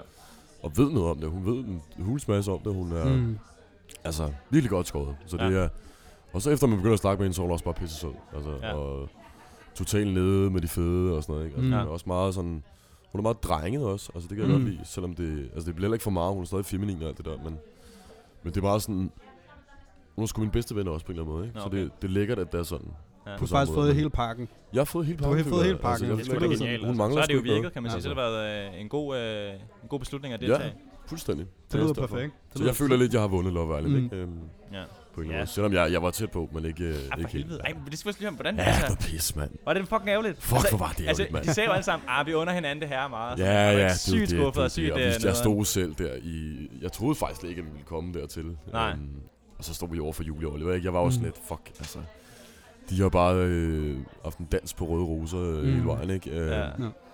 og ved noget om det. Hun ved en hulens masse om det. Hun er altså virkelig godt skåret. Så det er... Og så efter man begynder at snakke med hende, så er hun også bare pisse sød. Altså, og totalt nede med de fede og sådan noget, ikke? Altså, hun er også meget sådan... Hun er meget drenget også. Altså, det kan jeg godt lide, selvom det... Altså, det bliver heller ikke for meget. Hun er stadig feminin og alt det der, men det er meget sådan... Hun er sgu min bedste ven også på en eller anden måde, ikke? Okay. Så det er lækkert, at det er sådan. Ja. Du har faktisk fået hele pakken. Jeg har fået hele pakken. Du har fået hele pakken. Altså, det er genialt. Hun mangler så er det jo virket, kan man sige. Så det har været en god beslutning at deltage. Ja, fuldstændig. Det lyder perfekt. Så jeg føler lidt, at jeg har vundet Love Island, ikke? På en måde. Selvom jeg var tæt på, men ikke helt. Ej, det skal vi lige høre, hvordan det er. Ja, det var pis, mand. Var det fucking ærgerligt? Fuck, hvor var det ærgerligt, mand. De sagde jo alle sammen, vi under hinanden det her meget. Ja, det sygt skuffet og sygt. Jeg stod selv der i... Jeg troede faktisk ikke, at vi ville komme dertil. Nej. Og så stod vi over for Julie og Oliver. Jeg var også lidt, fuck, altså... De har bare haft en dans på røde roser hele vejen, ikke?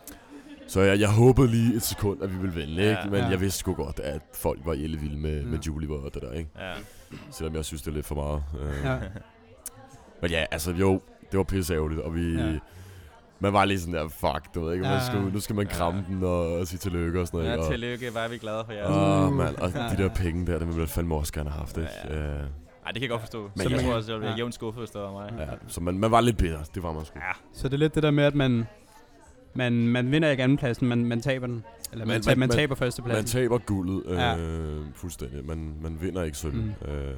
Så jeg håbede lige et sekund, at vi ville vinde, ikke? Men jeg vidste sgu godt, at folk var ellevilde med Julie og det der, ikke? Ja. Selvom jeg synes, det er lidt for meget. Men ja, altså jo, det var pisseærgerligt, og vi... Man var lige sådan der, fuck, du ved ikke, nu skal man kramme den og sige tillykke og sådan noget. Ja, tillykke, var vi glade for jer. Man, og de der penge der, dem ville jeg fandme også gerne have haft, ikke? Ej, det kan jeg godt forstå. Men jeg tror også, jeg ville være jævnt skuffet, hvis det var mig. Ja, så man var lidt bitter, det var man sgu. Ja. Så det er lidt det der med, at man vinder ikke andenpladsen, man taber den. Eller man taber førstepladsen. Man taber guldet fuldstændig. Man vinder ikke sølv.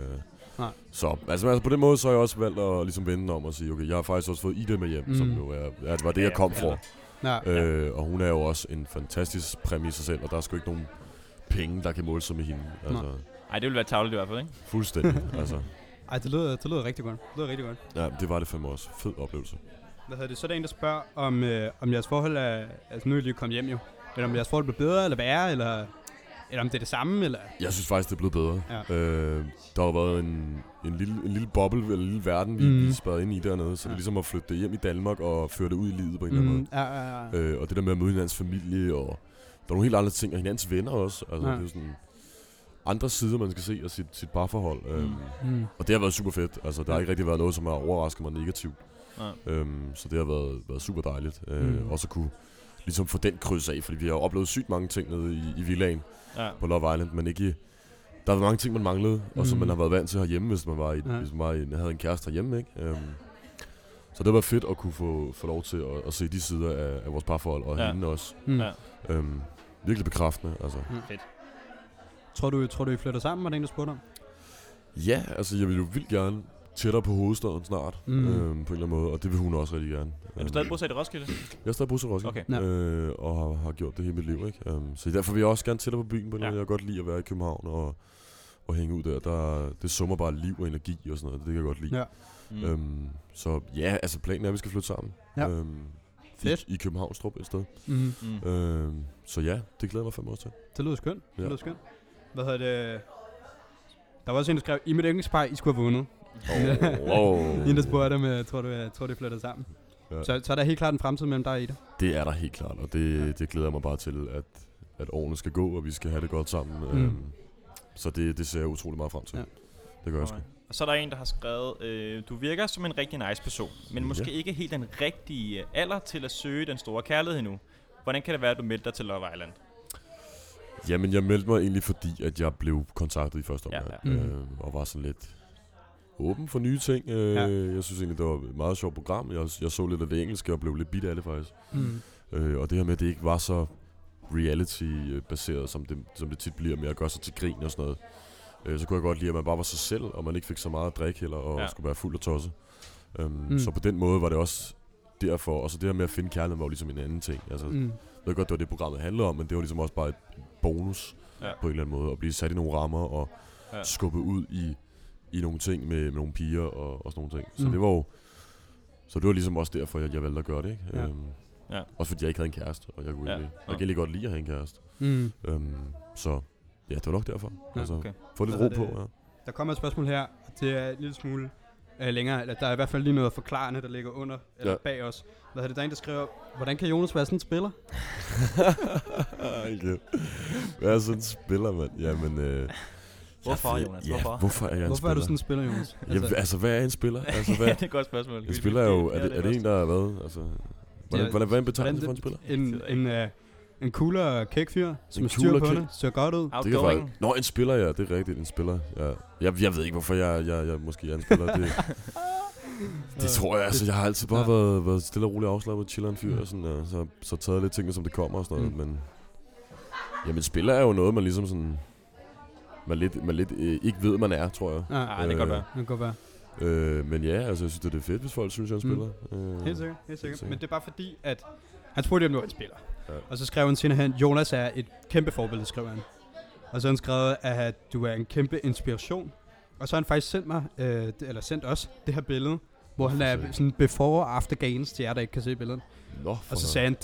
Så altså på den måde, så har jeg også valgt at ligesom vende om og sige, okay, jeg har faktisk også fået Ida med hjem, som jo var det, jeg kom for. Og hun er jo også en fantastisk præmie i sig selv, og der er sgu ikke nogen penge, der kan måle sig med hende. Altså. Ej, det ville være tavligt i hvert fald, ikke? Fuldstændig, altså. Ej, det lyder rigtig godt. Det lyder rigtig godt. Ja, det var det fandme også. Fed oplevelse. Hvad hedder det? Så er der en, der spørger, om jeres forhold er... Altså, nu er I lige kommet hjem jo. Men om jeres forhold bliver bedre eller værre, eller om det er det samme, eller... Jeg synes faktisk, det er blevet bedre. Ja. Der har været en lille boble, eller en lille verden, vi spadet ind i dernede. Så det er ligesom at flytte hjem i Danmark og føre det ud i livet på en eller anden måde. Og det der med at møde hinandens familie, og der er nogle helt andre ting, og hinandens venner også. Altså, det er sådan... andre sider, man skal se af sit parforhold. Og det har været super fedt. Altså, der har ikke rigtig været noget, som har overrasket mig negativt. Så det har været super dejligt. Også at kunne ligesom få den kryds af, fordi vi har oplevet sygt mange ting nede i villaen på Love Island, men ikke... Der var mange ting, man manglede, og som man har været vant til herhjemme, hvis man havde en kæreste herhjemme, ikke? Så det var fedt at kunne få lov til at se de sider af vores parforhold, og hende også. Virkelig bekræftende, altså. Fedt. Tror du, I flytter sammen, var det en, der spurgte om? Ja, altså jeg vil jo vildt gerne tættere på hovedstaden snart, på en eller anden måde, og det vil hun også rigtig gerne. Er du stadig bosat i Roskilde? Jeg er stadig bosat i Roskilde, og har gjort det hele mit liv, ikke? Så derfor vil jeg også gerne tættere på byen, på en måde. Jeg kan godt lide at være i København og hænge ud der. Det summer bare liv og energi og sådan noget, det kan jeg godt lide. Ja. Så ja, altså planen er, at vi skal flytte sammen. Ja. Fedt. I Københavnstrup et sted. Så ja, det glæder mig 5 år til. Det lyder skønt. Hvad hedder det? Der var også en, der skrev, i mit yndlingspar, I skulle have vundet. En, der spurgte med, tror du flytter sammen. Ja. Så er der helt klart en fremtid mellem dig og Ida? Det er der helt klart, og det glæder jeg mig bare til, at årene skal gå, og vi skal have det godt sammen. Så det ser jeg utrolig meget frem til. Ja. Det gør jeg sgu. Og så er der en, der har skrevet, du virker som en rigtig nice person, men måske ikke helt den rigtige alder til at søge den store kærlighed endnu. Hvordan kan det være, at du meldte dig til Love Island? Jamen, jeg meldte mig egentlig, fordi at jeg blev kontaktet i første omgang, og var sådan lidt åben for nye ting. Jeg synes egentlig, det var et meget sjovt program. Jeg så lidt af det engelske og blev lidt bidt af det faktisk. Og det her med, at det ikke var så reality-baseret, som det tit bliver med at gøre sig til grin og sådan noget. Så kunne jeg godt lide, at man bare var sig selv, og man ikke fik så meget at drikke heller, og skulle være fuld af tosse. Så på den måde var det også derfor. Og så det her med at finde kærligheden var jo ligesom en anden ting. Altså, jeg ved godt, det var det, programmet handlede om, men det var ligesom også bare et bonus på en eller anden måde. At blive sat i nogle rammer og skubbet ud i nogle ting med nogle piger og sådan nogle ting. Så det var ligesom også derfor, jeg valgte at gøre det, ikke? Også fordi jeg ikke havde en kæreste, og jeg kunne egentlig godt lide at have en kæreste. Så ja, det var nok derfor. Altså, få lidt ro på. Ja. Der kommer et spørgsmål her, det er en lille smule længere. Der er i hvert fald lige noget forklarende, der ligger under eller bag os. Der er en, der skriver, hvordan kan Jonas være sådan en spiller? Hvad er sådan en spiller, mand? Jamen... Hvorfor, Jonas? Hvorfor er jeg en spiller? Hvorfor er du sådan en spiller, Jonas? Altså, hvad er en spiller? Altså, det er et godt spørgsmål. En spiller er jo... Er det en, der er hvad? Altså, hvordan betegner for en spiller? En cooler og kæk fyr, som er styr på det, ser godt ud. Outgoing. En spiller, ja. Det er rigtigt, en spiller. Ja. Jeg ved ikke, hvorfor jeg måske er en spiller. Det tror jeg. Altså, jeg har altid bare været stille og roligt afslappet, chiller en fyr, og sådan, så taget lidt tingene, som det kommer og sådan noget. Men jamen, spiller er jo noget, man ligesom sådan... Man lidt ikke ved, man er, tror jeg. Ja, det kan godt være. Det kan godt være. Men ja, altså, jeg synes, det er fedt, hvis folk synes, jeg er en spiller. Helt sikkert. Men det er bare fordi, at han spurgte, om du var en spiller. Ja. Og så skrev han senere, Jonas er et kæmpe forbillede, skrev han. Og så har han skrevet, at du er en kæmpe inspiration. Og så har han faktisk sendt os det her billede, hvor han er sådan before og after gains til jer, der ikke kan se billedet. Og så sagde han, det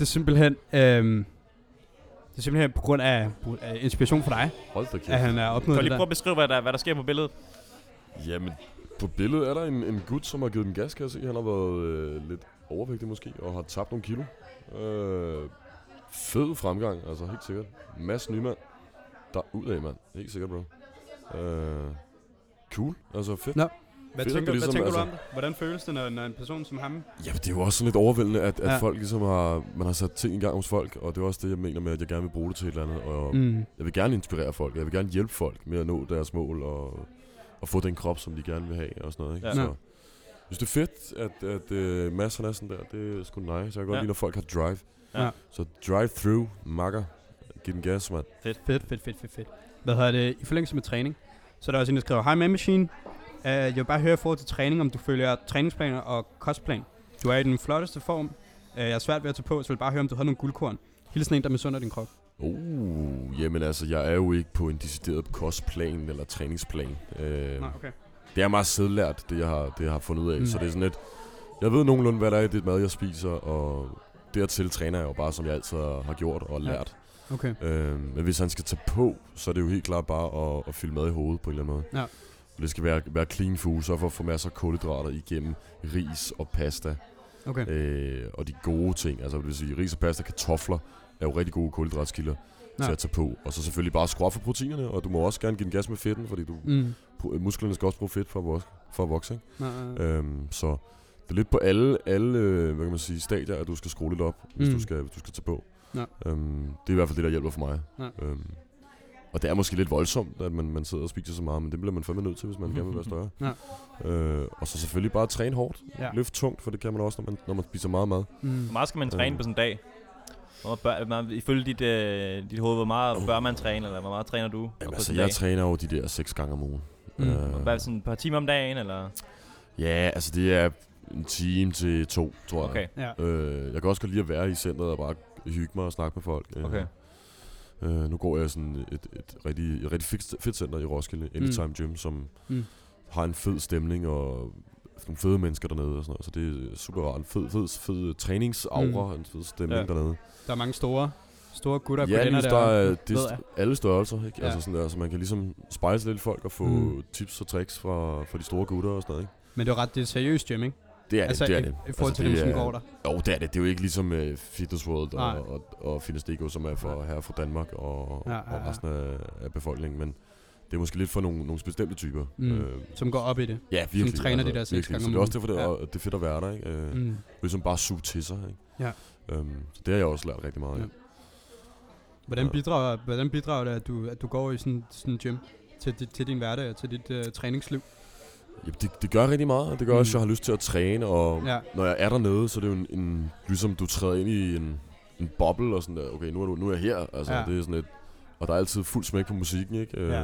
er simpelthen på grund af inspiration for dig, at han er opnået det der. Kan du lige prøve at beskrive, hvad der sker på billedet? Jamen, på billedet er der en gut, som har givet den gas, kan jeg se. Han har været lidt overvægtig måske, og har tabt nogle kilo. Fed fremgang, altså helt sikkert. Mads Nyman, derudad, mand. Helt sikkert, bro. Cool, altså fedt. Nå. Hvad tænker du om det? Hvordan føles det, når en person som ham... Ja, det er jo også sådan lidt overvældende, at folk ligesom man har sat ting i gang hos folk, og det er også det, jeg mener med, at jeg gerne vil bruge det til et eller andet. Og jeg vil gerne inspirere folk, jeg vil gerne hjælpe folk med at nå deres mål, og få den krop, som de gerne vil have, og sådan noget, ikke? Så hvis det er fedt, at Mads han er sådan der, det er sgu nice. Jeg kan godt lide, når folk har drive. Ja. Så drive-through, makker, giv den gas, mand. Fedt. Hvad hedder det? I forlængelse med træning, så er der også en, der skriver, Hej Man Machine. Jeg vil bare høre i forhold til træning, om du følger træningsplaner og kostplan. Du er i den flotteste form. Jeg er svært ved at tage på, så vil bare høre, om du har nogle guldkorn. Hilsen en, der misunder din krop. Jamen altså, jeg er jo ikke på en decideret kostplan eller træningsplan. Okay. Det er meget sædlært, det jeg har fundet ud af. Så det er sådan lidt, jeg ved nogenlunde, hvad der er i det mad, jeg spiser, og dertil træner jeg jo bare, som jeg altid har gjort og lært. Okay. Men hvis han skal tage på, så er det jo helt klart bare at fylde mad i hovedet på en eller anden måde. Ja. Det skal være clean food, så for at få masser af kulhydrater igennem ris og pasta. Okay. Og de gode ting, altså det vil sige ris og pasta, kartofler er jo rigtig gode kulhydratskilder. til at tage på. Og så selvfølgelig bare skrue for proteinerne, og du må også gerne give den gas med fedten, fordi musklerne skal også bruge fedt for at vokse. Ikke? Så det er lidt på alle hvad kan man sige, stadier, at du skal skrue lidt op, hvis du skal tage på. Det er i hvert fald det, der hjælper for mig. Og det er måske lidt voldsomt, at man sidder og spiser så meget, men det bliver man fandme nødt til, hvis man gerne vil være større. Og så selvfølgelig bare træne hårdt. Løft tungt, for det kan man også, når man spiser meget mad. Hvor meget skal man træne på sådan en dag? Ifølge dit hoved, hvor meget bør man træne, eller hvor meget træner du? Jamen, altså, jeg træner jo de der 6 gange om ugen. Hvad, sådan et par timer om dagen, eller? Ja, altså det er en time til 2, tror jeg. Okay. Jeg kan også godt lide at være i centret og bare hygge mig og snakke med folk. Okay. Nu går jeg sådan et rigtig fedt center i Roskilde, Anytime Gym, som har en fed stemning og nogle fede mennesker dernede og sådan noget. Så det er super rart. En fed træningsaura, en fed stemning dernede. Der er mange store gutter på hænder der. Ja, alle størrelser, ikke? Altså sådan der, så man kan ligesom spejle lidt folk og få tips og tricks fra de store gutter og sådan noget, ikke? Men det er det er seriøst gym, ikke? Det er det, det er det. I forhold til dem, som går der. Jo, det er det. Det er jo ikke ligesom Fitness World og Fitness.dk, som er her fra Danmark og resten af befolkningen, men det er måske lidt for nogle bestemte typer. Som går op i det. Ja, virkelig. Som træner de der 6 gange om ugen. Så det er også derfor, det er fedt at være der, ikke? Ligesom bare suge til sig, ikke? Ja. Så det har jeg også lært rigtig meget af. Hvordan bidrager det, at du går i sådan en gym til din hverdag og til dit træningsliv? Ja, det gør rigtig meget. Det gør også, at jeg har lyst til at træne, og når jeg er dernede, så er det jo ligesom du træder ind i en boble og sådan der. Okay, nu er jeg her. Altså, det er sådan et, og der er altid fuld smæk på musikken, ikke?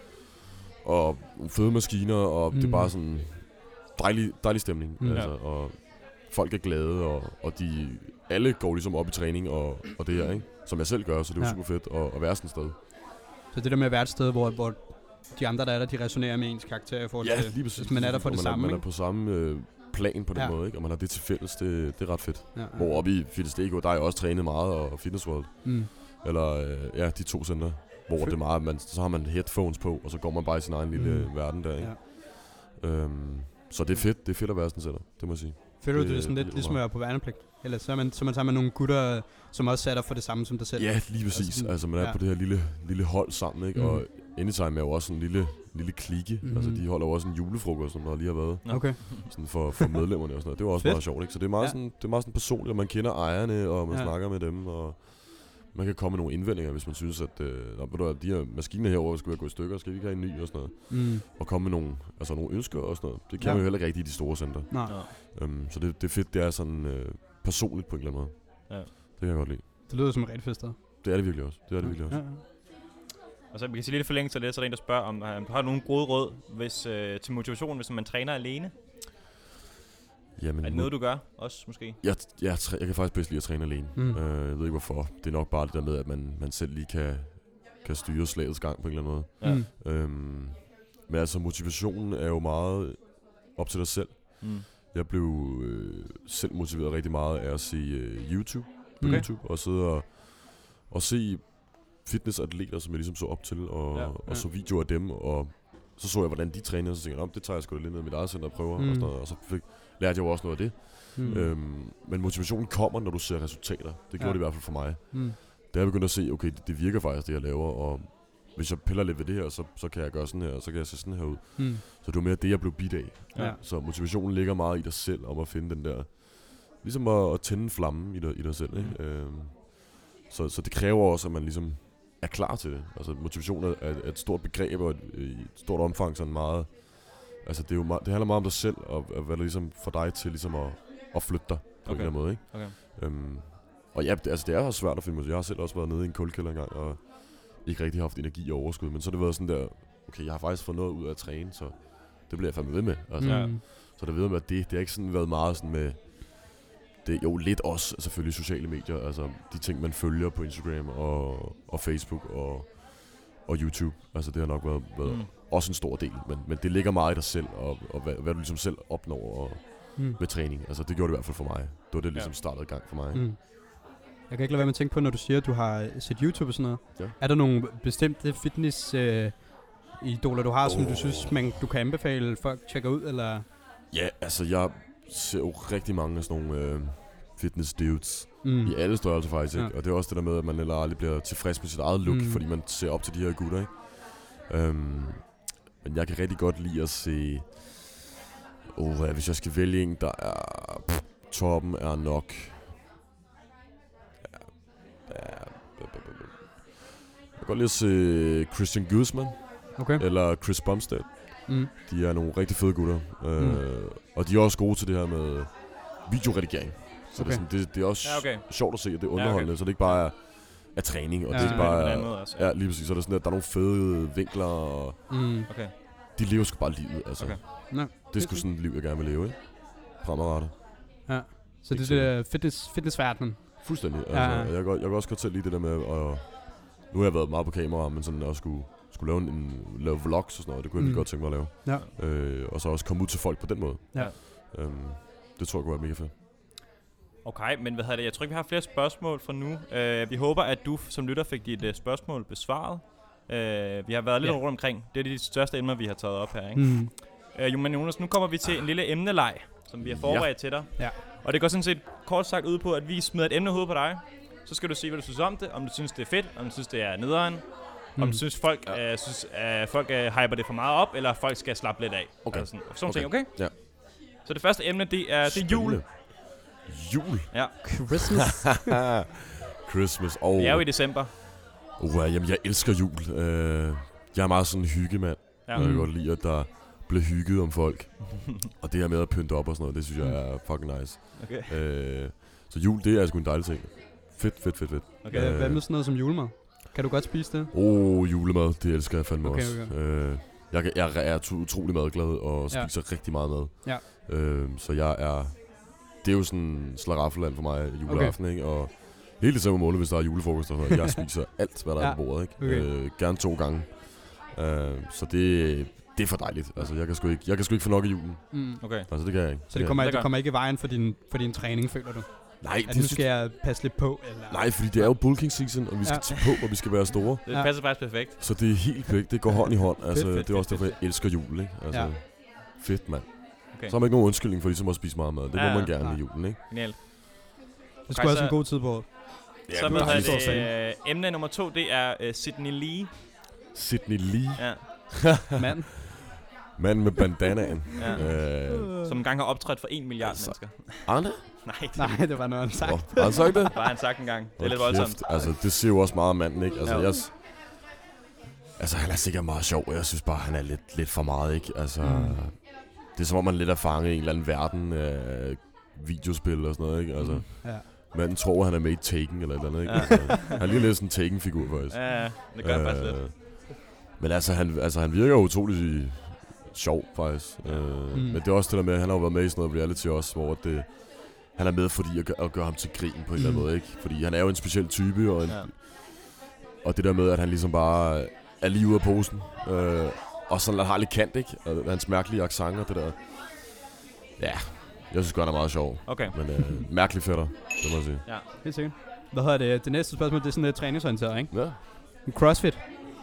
Og fede maskiner, og det er bare sådan dejlig stemning. Altså, og folk er glade, og alle går ligesom op i træning og det her, ikke? Som jeg selv gør, så det er jo super fedt at være sådan et sted. Så det der med at være et sted, hvor de andre, der er der, de resonerer med ens karakter i forhold til, lige præcis. Hvis man er der for det samme, man er på samme plan på den måde, ikke? Og man har det til fælles, det er ret fedt. Hvor oppe i Fitness.dk, der er jeg også trænet meget, og Fitness World. Eller de 2 center, hvor det er meget, så har man headphones på, og så går man bare i sin egen lille verden der, ikke? Så det er fedt, at være sådan et center, det må jeg sige. Føler du det sådan lidt ligesom at være på værnepligt? Eller så er man sammen med nogle gutter, som også er der for det samme som dig selv? Ja, lige præcis. Altså man er på det her lille hold sammen, ikke? Og Anytime er jo også en lille klike. Altså de holder jo også en julefrokost, som der lige har været. Okay. Sådan for medlemmerne og sådan noget. Det var også meget sjovt, ikke? Så det er meget sådan personligt, og man kender ejerne, og man snakker med dem, og man kan komme med nogle indvendinger, hvis man synes, at de her maskiner herovre skulle gå i stykker, skal vi ikke have en ny og sådan noget. Og komme med nogle ønsker og sådan noget. Det kan man jo heller ikke rigtig i de store center. Så det er fedt, det er sådan personligt på en eller anden måde. Det kan jeg godt lide. Det lyder som et rigtig fedt sted. Det er det virkelig også. Og så vi kan sige lidt forlængelse af det, så er der en, der spørger, om du har nogle gode råd til motivation, hvis man træner alene? Jamen, er det noget, du gør også, måske? Jeg kan faktisk bedst lide at træne alene. Jeg ved ikke hvorfor. Det er nok bare det der med, at man selv lige kan styre slagets gang på en eller anden måde. Men altså, motivationen er jo meget op til dig selv. Jeg blev selv motiveret rigtig meget af at se YouTube på YouTube, og sidde og se fitnessatleter, som jeg ligesom så op til, og så videoer af dem, og så jeg, hvordan de trænede, og så tænkte jeg, det tager jeg sgu da lidt ned i mit eget center og prøver, og sådan noget, og så lærte jeg jo også noget af det. Men motivationen kommer, når du ser resultater. Det gjorde det i hvert fald for mig. Da jeg begyndte at se, okay, det virker faktisk, det jeg laver, og hvis jeg piller lidt ved det her, så kan jeg gøre sådan her, og så kan jeg se sådan her ud. Så det var mere det, jeg blev bidt af. Så motivationen ligger meget i dig selv, om at finde den der, ligesom at tænde en flamme i dig selv, ikke? Så det kræver også, at man ligesom er klar til det. Altså motivation er et stort begreb, og i et stort omfang sådan meget. Altså det handler meget om dig selv, og hvad der ligesom får dig til ligesom at flytte dig på en eller anden måde, ikke? Okay. Og ja, det er også svært at finde motivation. Jeg har selv også været nede i en kulkælder engang, og ikke rigtig haft energi og overskud, men så har det været sådan der, okay, jeg har faktisk fået noget ud af at træne, så det bliver jeg fandme ved med. Altså, så der ved med, at det har ikke sådan været meget sådan med, det jo lidt også selvfølgelig sociale medier, altså de ting, man følger på Instagram og Facebook og YouTube. Altså det har nok været også en stor del, men det ligger meget i dig selv, og hvad du ligesom selv opnår med træning. Altså det gjorde det i hvert fald for mig. Det var det ligesom startede gang for mig. Jeg kan ikke lade være med at tænke på, når du siger, at du har set YouTube og sådan noget. Ja. Er der nogle bestemte fitness-idoler, du har, som du synes, du kan anbefale folk tjekker ud, eller? Ja, altså jeg ser jo rigtig mange af sådan nogle fitness dudes, i alle størrelser faktisk, ikke? Og det er også det der med, at man heller aldrig bliver tilfreds med sit eget look, fordi man ser op til de her gutter, ikke? Men jeg kan rigtig godt lide at se... hvis jeg skal vælge en, der er... toppen er nok... Jeg kan godt lide at se Christian Guzman, eller Chris Bumstead. De er nogle rigtig fede gutter. Og de er også gode til det her med videoredigering. Så det er også sjovt at se, at det er underholdende, så det ikke bare er træning. Og det er bare... Ja, lige præcis. Så det er sådan, at der er nogle fede vinkler, og de lever sgu bare livet, altså. Det er sgu sådan et liv, jeg gerne vil leve, ikke? Fremadrettet. Ja, så det er fitnessverdenen. Fuldstændig. Altså, jeg kan også godt selv lide det der med, og nu har jeg været meget på kamera, men sådan også skulle lave vlogs og sådan noget, det kunne jeg lige godt tænke mig at lave. Og så også komme ud til folk på den måde. Det tror jeg kunne være mega fedt. Okay, men hvad hedder det? Jeg tror ikke, vi har flere spørgsmål fra nu. Vi håber, at du som lytter fik dit spørgsmål besvaret. Vi har været lidt rundt omkring. Det er de største emner, vi har taget op her, ikke? Men Jonas, nu kommer vi til en lille emneleg, som vi har forberedt til dig. Og det går sådan set kort sagt ud på, at vi smider et emne i hovedet på dig. Så skal du sige, hvad du synes om det. Om du synes, det er fedt, om du synes, det er nederen. Om du synes, folk hyper det for meget op, eller folk skal slappe lidt af. Okay. Altså sådan ting, okay? Ja. Så det første emne, det er jul. Jul? Ja. Christmas. Christmas. Det er jo i december. Jamen, jeg elsker jul. Jeg er meget sådan en hyggemand. Jeg kan godt lide, at der bliver hygget om folk. Og det her med at pynte op og sådan noget, det synes jeg er fucking nice. Okay. Så jul, det er sgu en dejlig ting. Fedt. Okay. Hvad med sådan noget som julemad? Kan du godt spise det? Julemad, det elsker jeg fandme også. Jeg er utrolig madglad og spiser rigtig meget mad. Ja. Så det er jo sådan slaraffenland for mig juleaften, ikke? Og hele december måned, hvis der er julefrokost og sådan noget, jeg spiser alt, hvad der er på bordet, ikke? Okay. Gerne 2 gange. Så det er for dejligt. Altså, jeg kan sgu ikke få nok af julen. Okay. Altså, det kan jeg ikke. Så det kommer ikke i vejen for din træning, føler du? Nej, nu skal jeg passe lidt på, eller? Nej, fordi det er jo bulking season, og vi skal tage på, og vi skal være store. Det passer faktisk perfekt. Så det er helt perfekt. Det går hånd i hånd. Altså, det er også derfor, jeg elsker jul, ikke? Altså, fedt, mand. Okay. Så har man ikke nogen undskyldning for ligesom at spise meget mad. Det må man gerne i julen, ikke? Genialt. Det skulle også en god tid på. Så med emne nummer 2, det er Sydney Lee. Sydney Lee? Ja. Manden med bandanaen. Som engang har optrådt for 1 milliard mennesker. Arne? Nej, det var noget, han sagt. Har han sagt det? Bare han sagt en gang. Det er lidt voldsomt. Altså, det siger jo også meget om manden, ikke? Altså, han er sikkert meget sjov, og jeg synes bare, han er lidt for meget, ikke? Altså, det er som om, man lidt er fanget i en eller anden verden af videospil og sådan noget, ikke? Altså, manden tror, han er med i Taken eller et eller andet, ikke? Altså, han er lige lidt sådan en Taken-figur, faktisk. Ja, det gør han faktisk lidt. Men altså, han virker jo utrolig sjov, faktisk. Men det er også det der med, at han har jo været med i sådan noget reality også, hvor han er med fordi at gøre ham til grin på en eller anden måde, ikke? Fordi han er jo en speciel type, og det der med, at han ligesom bare er lige ude af posen. Og sådan har lidt kant, ikke? Og hans mærkelige accent og det der. Ja, jeg synes godt, han er meget sjov. Okay. Men mærkelig fætter, det må jeg sige. Ja, helt sikkert. Hvad hedder det? Det næste spørgsmål, det er sådan lidt træningsorienteret, ikke? Ja. CrossFit.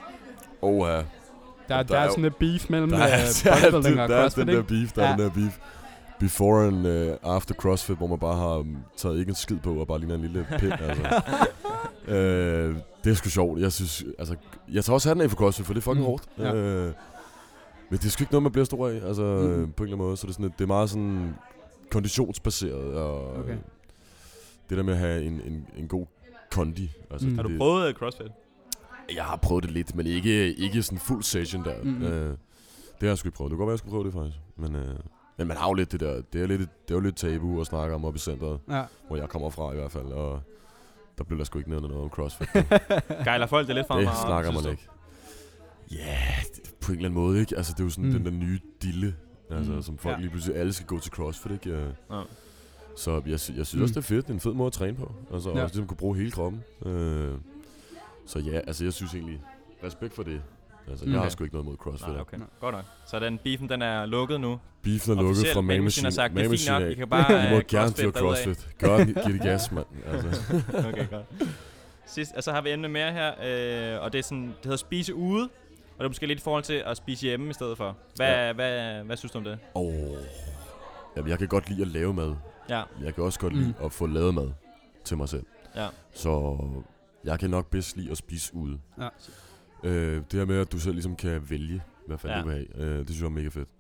Der er sådan et beef mellem bodybuilding og CrossFit, ikke? Der er den der beef. Before and after CrossFit, hvor man bare har taget ikke en skid på og bare ligner en lille pind, altså. Det er sgu sjovt. Jeg synes, altså, jeg tager også hatten af for CrossFit, for det er fucking hårdt. Men det er sgu ikke noget, man bliver stor af, altså, på en eller anden måde. Så det er meget sådan konditionsbaseret, og det der med at have en god kondi. Altså, har du prøvet CrossFit? Jeg har prøvet det lidt, men ikke sådan fuld session der. Det har jeg sgu ikke prøvet. Det kunne godt være, jeg skulle prøve det faktisk. Men man har jo lidt det der. Det er jo lidt tabu at snakke om oppe i centret, hvor jeg kommer fra i hvert fald. Og der bliver der sgu ikke noget om CrossFit. Gejler folk det lidt for mig? Det snakker man ikke. Ja, på en eller anden måde, ikke? Altså, det er jo sådan den der nye dille, altså, som folk lige pludselig alle skal gå til CrossFit, ikke? Så jeg synes også, det er fedt. Det er en fed måde at træne på. Altså, også ligesom kunne bruge hele kroppen. Så ja, altså, jeg synes egentlig, respekt for det. Altså, jeg har sgu ikke noget mod CrossFit. Nej, okay. Godt nok. Så den beefen, den er lukket nu? Beefen er lukket fra Man Machine. Har sagt, det er fint nok, I kan bare I må gerne til CrossFit. Giv det gas, mand. Altså. Okay, godt. Sidst, altså har vi emne mere her, og det er sådan, det hedder spise ude, og det er måske lidt i forhold til at spise hjemme i stedet for. Hvad synes du om det? Jamen, jeg kan godt lide at lave mad. Ja. Jeg kan også godt lide at få lavet mad. til mig selv. Ja. Så jeg kan nok bedst lide at spise ude. Ja. Det her med, at du selv ligesom kan vælge, hvad fanden du vil have, det synes jeg er mega fedt.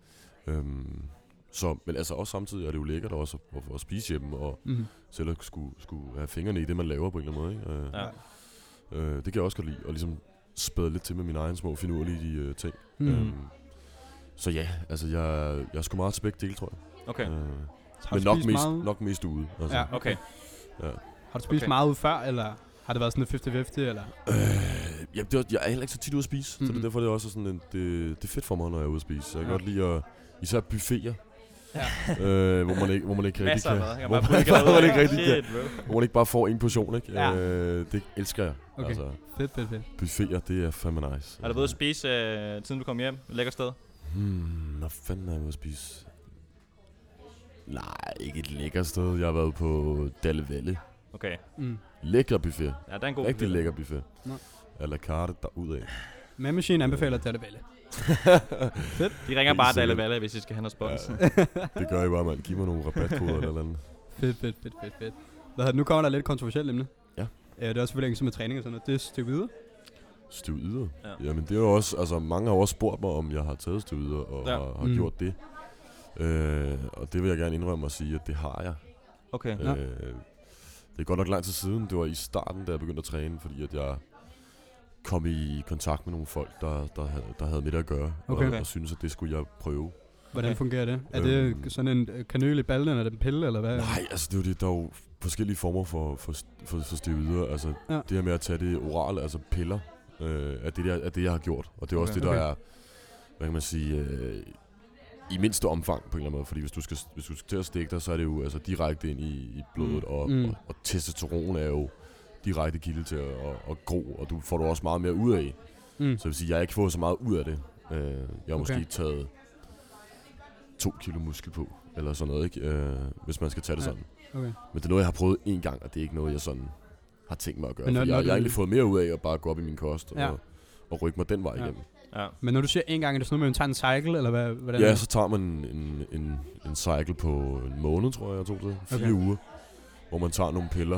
Så, men altså også samtidig er det jo lækkert også at spise hjemme, og selv at skulle have fingrene i det, man laver på en eller anden måde. Ikke? Det kan jeg også godt lide, og ligesom spæde lidt til med mine egne små finurlige ting. Så ja, altså jeg er sgu meget begge dele, tror jeg. Okay. Men nok mest ude. Altså. Ja, okay. Ja. Har du spist meget ude før, eller har det været sådan 50-50, eller? Jeg er heller ikke så tit ude at spise, så det er derfor, det er også sådan det er fedt for mig, når jeg er ude at spise. Så jeg kan godt lide især buffeter. Ja. hvor man ikke rigtig kan. Hvor man ikke bare får en portion, ikke? Ja. Det elsker jeg. Okay. Altså, fedt. Buffeter, det er fandme nice. Har du været at spise, siden du kom hjem? Lækker sted? Hvad fanden er jeg ude at spise? Nej, ikke et lækker sted. Jeg har været på Dalle Valle. Okay. Lækker buffet. Ja, det er en god rigtig lækker buffet. A la carte derudad. Memachine anbefaler Dalle Valle. Fedt. De ringer bare Dalle Valle, hvis I skal have noget spons. Ja, det gør I bare, mand. Giv mig nogle rabatkoder eller andet. Fedt. Nu kommer der lidt kontroversielt emne. Ja. Det er også selvfølgelig ikke som med træning og sådan noget. Det er steroider. Steroider? Ja. Jamen det er jo også, altså mange har også spurgt mig, om jeg har taget steroider og har gjort det. Og det vil jeg gerne indrømme at sige, at det har jeg. Okay. Det er godt nok lang tid siden. Det var i starten, da jeg begyndte at træne, fordi at jeg kom i kontakt med nogle folk, der havde med det at gøre, og syntes, at det skulle jeg prøve. Hvordan fungerer det? Er det sådan en kanøl i ballen, eller en pille, eller hvad? Nej, altså det er jo det. Der er jo forskellige former for steroider. Altså det her med at tage det orale, altså piller, er det, jeg har gjort. Og det er også det, der er, hvad kan man sige, i mindste omfang på en eller anden måde. Fordi hvis du skal til at stikke dig, så er det jo altså direkte ind i blodet, og testosteron er jo direkte kilde til at gro, og du får du også meget mere ud af. Så jeg vil sige, jeg har ikke fået så meget ud af det. Jeg har måske taget 2 kilo muskel på, eller sådan noget, ikke? Hvis man skal tage det sådan. Okay. Men det er noget, jeg har prøvet en gang, og det er ikke noget, jeg sådan har tænkt mig at gøre. Jeg har egentlig fået mere ud af at bare gå op i min kost og rykke mig den vej igennem. Ja. Men når du siger en gang, er det sådan noget, man tager en cycle, eller hvad? Hvordan ja, så tager man en cycle på en måned, tror jeg tog det. 4 uger, hvor man tager nogle piller,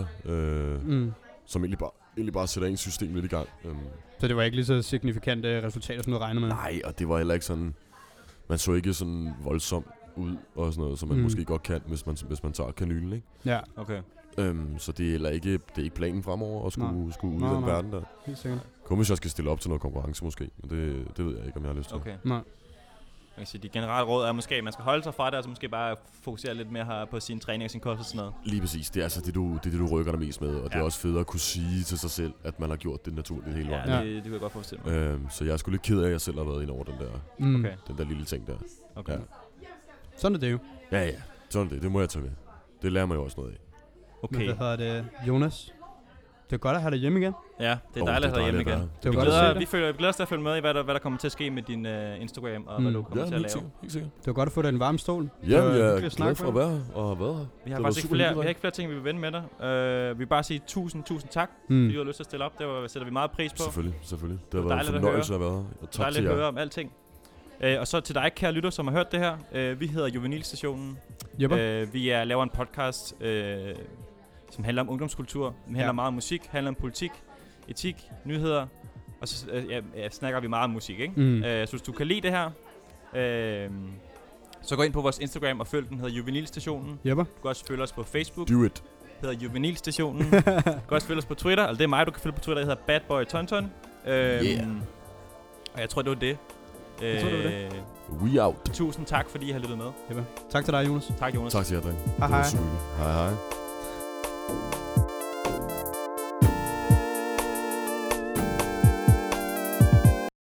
som egentlig bare sætter ens system lidt i gang. Så det var ikke lige så signifikante resultater, som du regner med? Nej, og det var heller ikke sådan, man så ikke sådan voldsomt ud og sådan noget, som man måske godt kan, hvis man tager kanylen, ikke? Ja, okay. Så det er heller ikke, planen fremover at skulle ud i den verden der. Helt sikkert. Kun hvis jeg skal stille op til noget konkurrence måske, men det ved jeg ikke, om jeg har lyst til. Okay. Nej. Man kan sige, de generelle råd er måske, at man skal holde sig fra det, altså måske bare fokusere lidt mere her på sin træning og sin kost og sådan noget. Lige præcis. Det er altså det, du rykker dig mest med, og det er også fedt at kunne sige til sig selv, at man har gjort det naturligt hele vejen. Ja, det kan jeg godt forestille mig. Så jeg er sgu lidt ked af, at jeg selv har været ind over den der lille ting der. Okay. Ja. Sådan er det jo. Ja. Sådan er det. Det må jeg tage med. Det lærer mig jo også noget af. Okay. Men hvad hedder det, Jonas? Det er godt at have dig hjemme igen. Ja, det er dejligt at have dig hjemme igen. Vi glæder os til at følge med i, hvad der kommer til at ske med din Instagram, og hvad du kommer til at lave. Helt sikkert. Det var godt at få dig en varm stol. Ja, jeg er glad for at være her og have været her. Vi har faktisk ikke flere ting, vi vil vende med dig. Vi vil bare sige tusind tak, fordi du har lyst til at stille op. Det sætter vi meget pris på. Selvfølgelig. Det har været en fornøjelse at være her. Og tak til jer. Dejligt at høre om alting. Og så til dig, kære lytter, som har hørt det her. Vi hedder Juvenilstationen. Vi laver en podcast, som handler om ungdomskultur. Den handler meget om musik, handler om politik, etik, nyheder. Og så snakker vi meget om musik, ikke? Så hvis du kan lide det her, så gå ind på vores Instagram og følg den, hedder Juvenilstationen. Du kan også følge os på Facebook. Do it. Hedder Juvenilstationen. Du kan også følge os på Twitter, eller det er mig, du kan følge på Twitter, jeg hedder badboytonton. Og jeg tror, det var det. We out. Tusind tak, fordi I har lyttet med. Tak til dig, Jonas. Tak, Jonas. Tak til jer, dreng. Hej. Hej.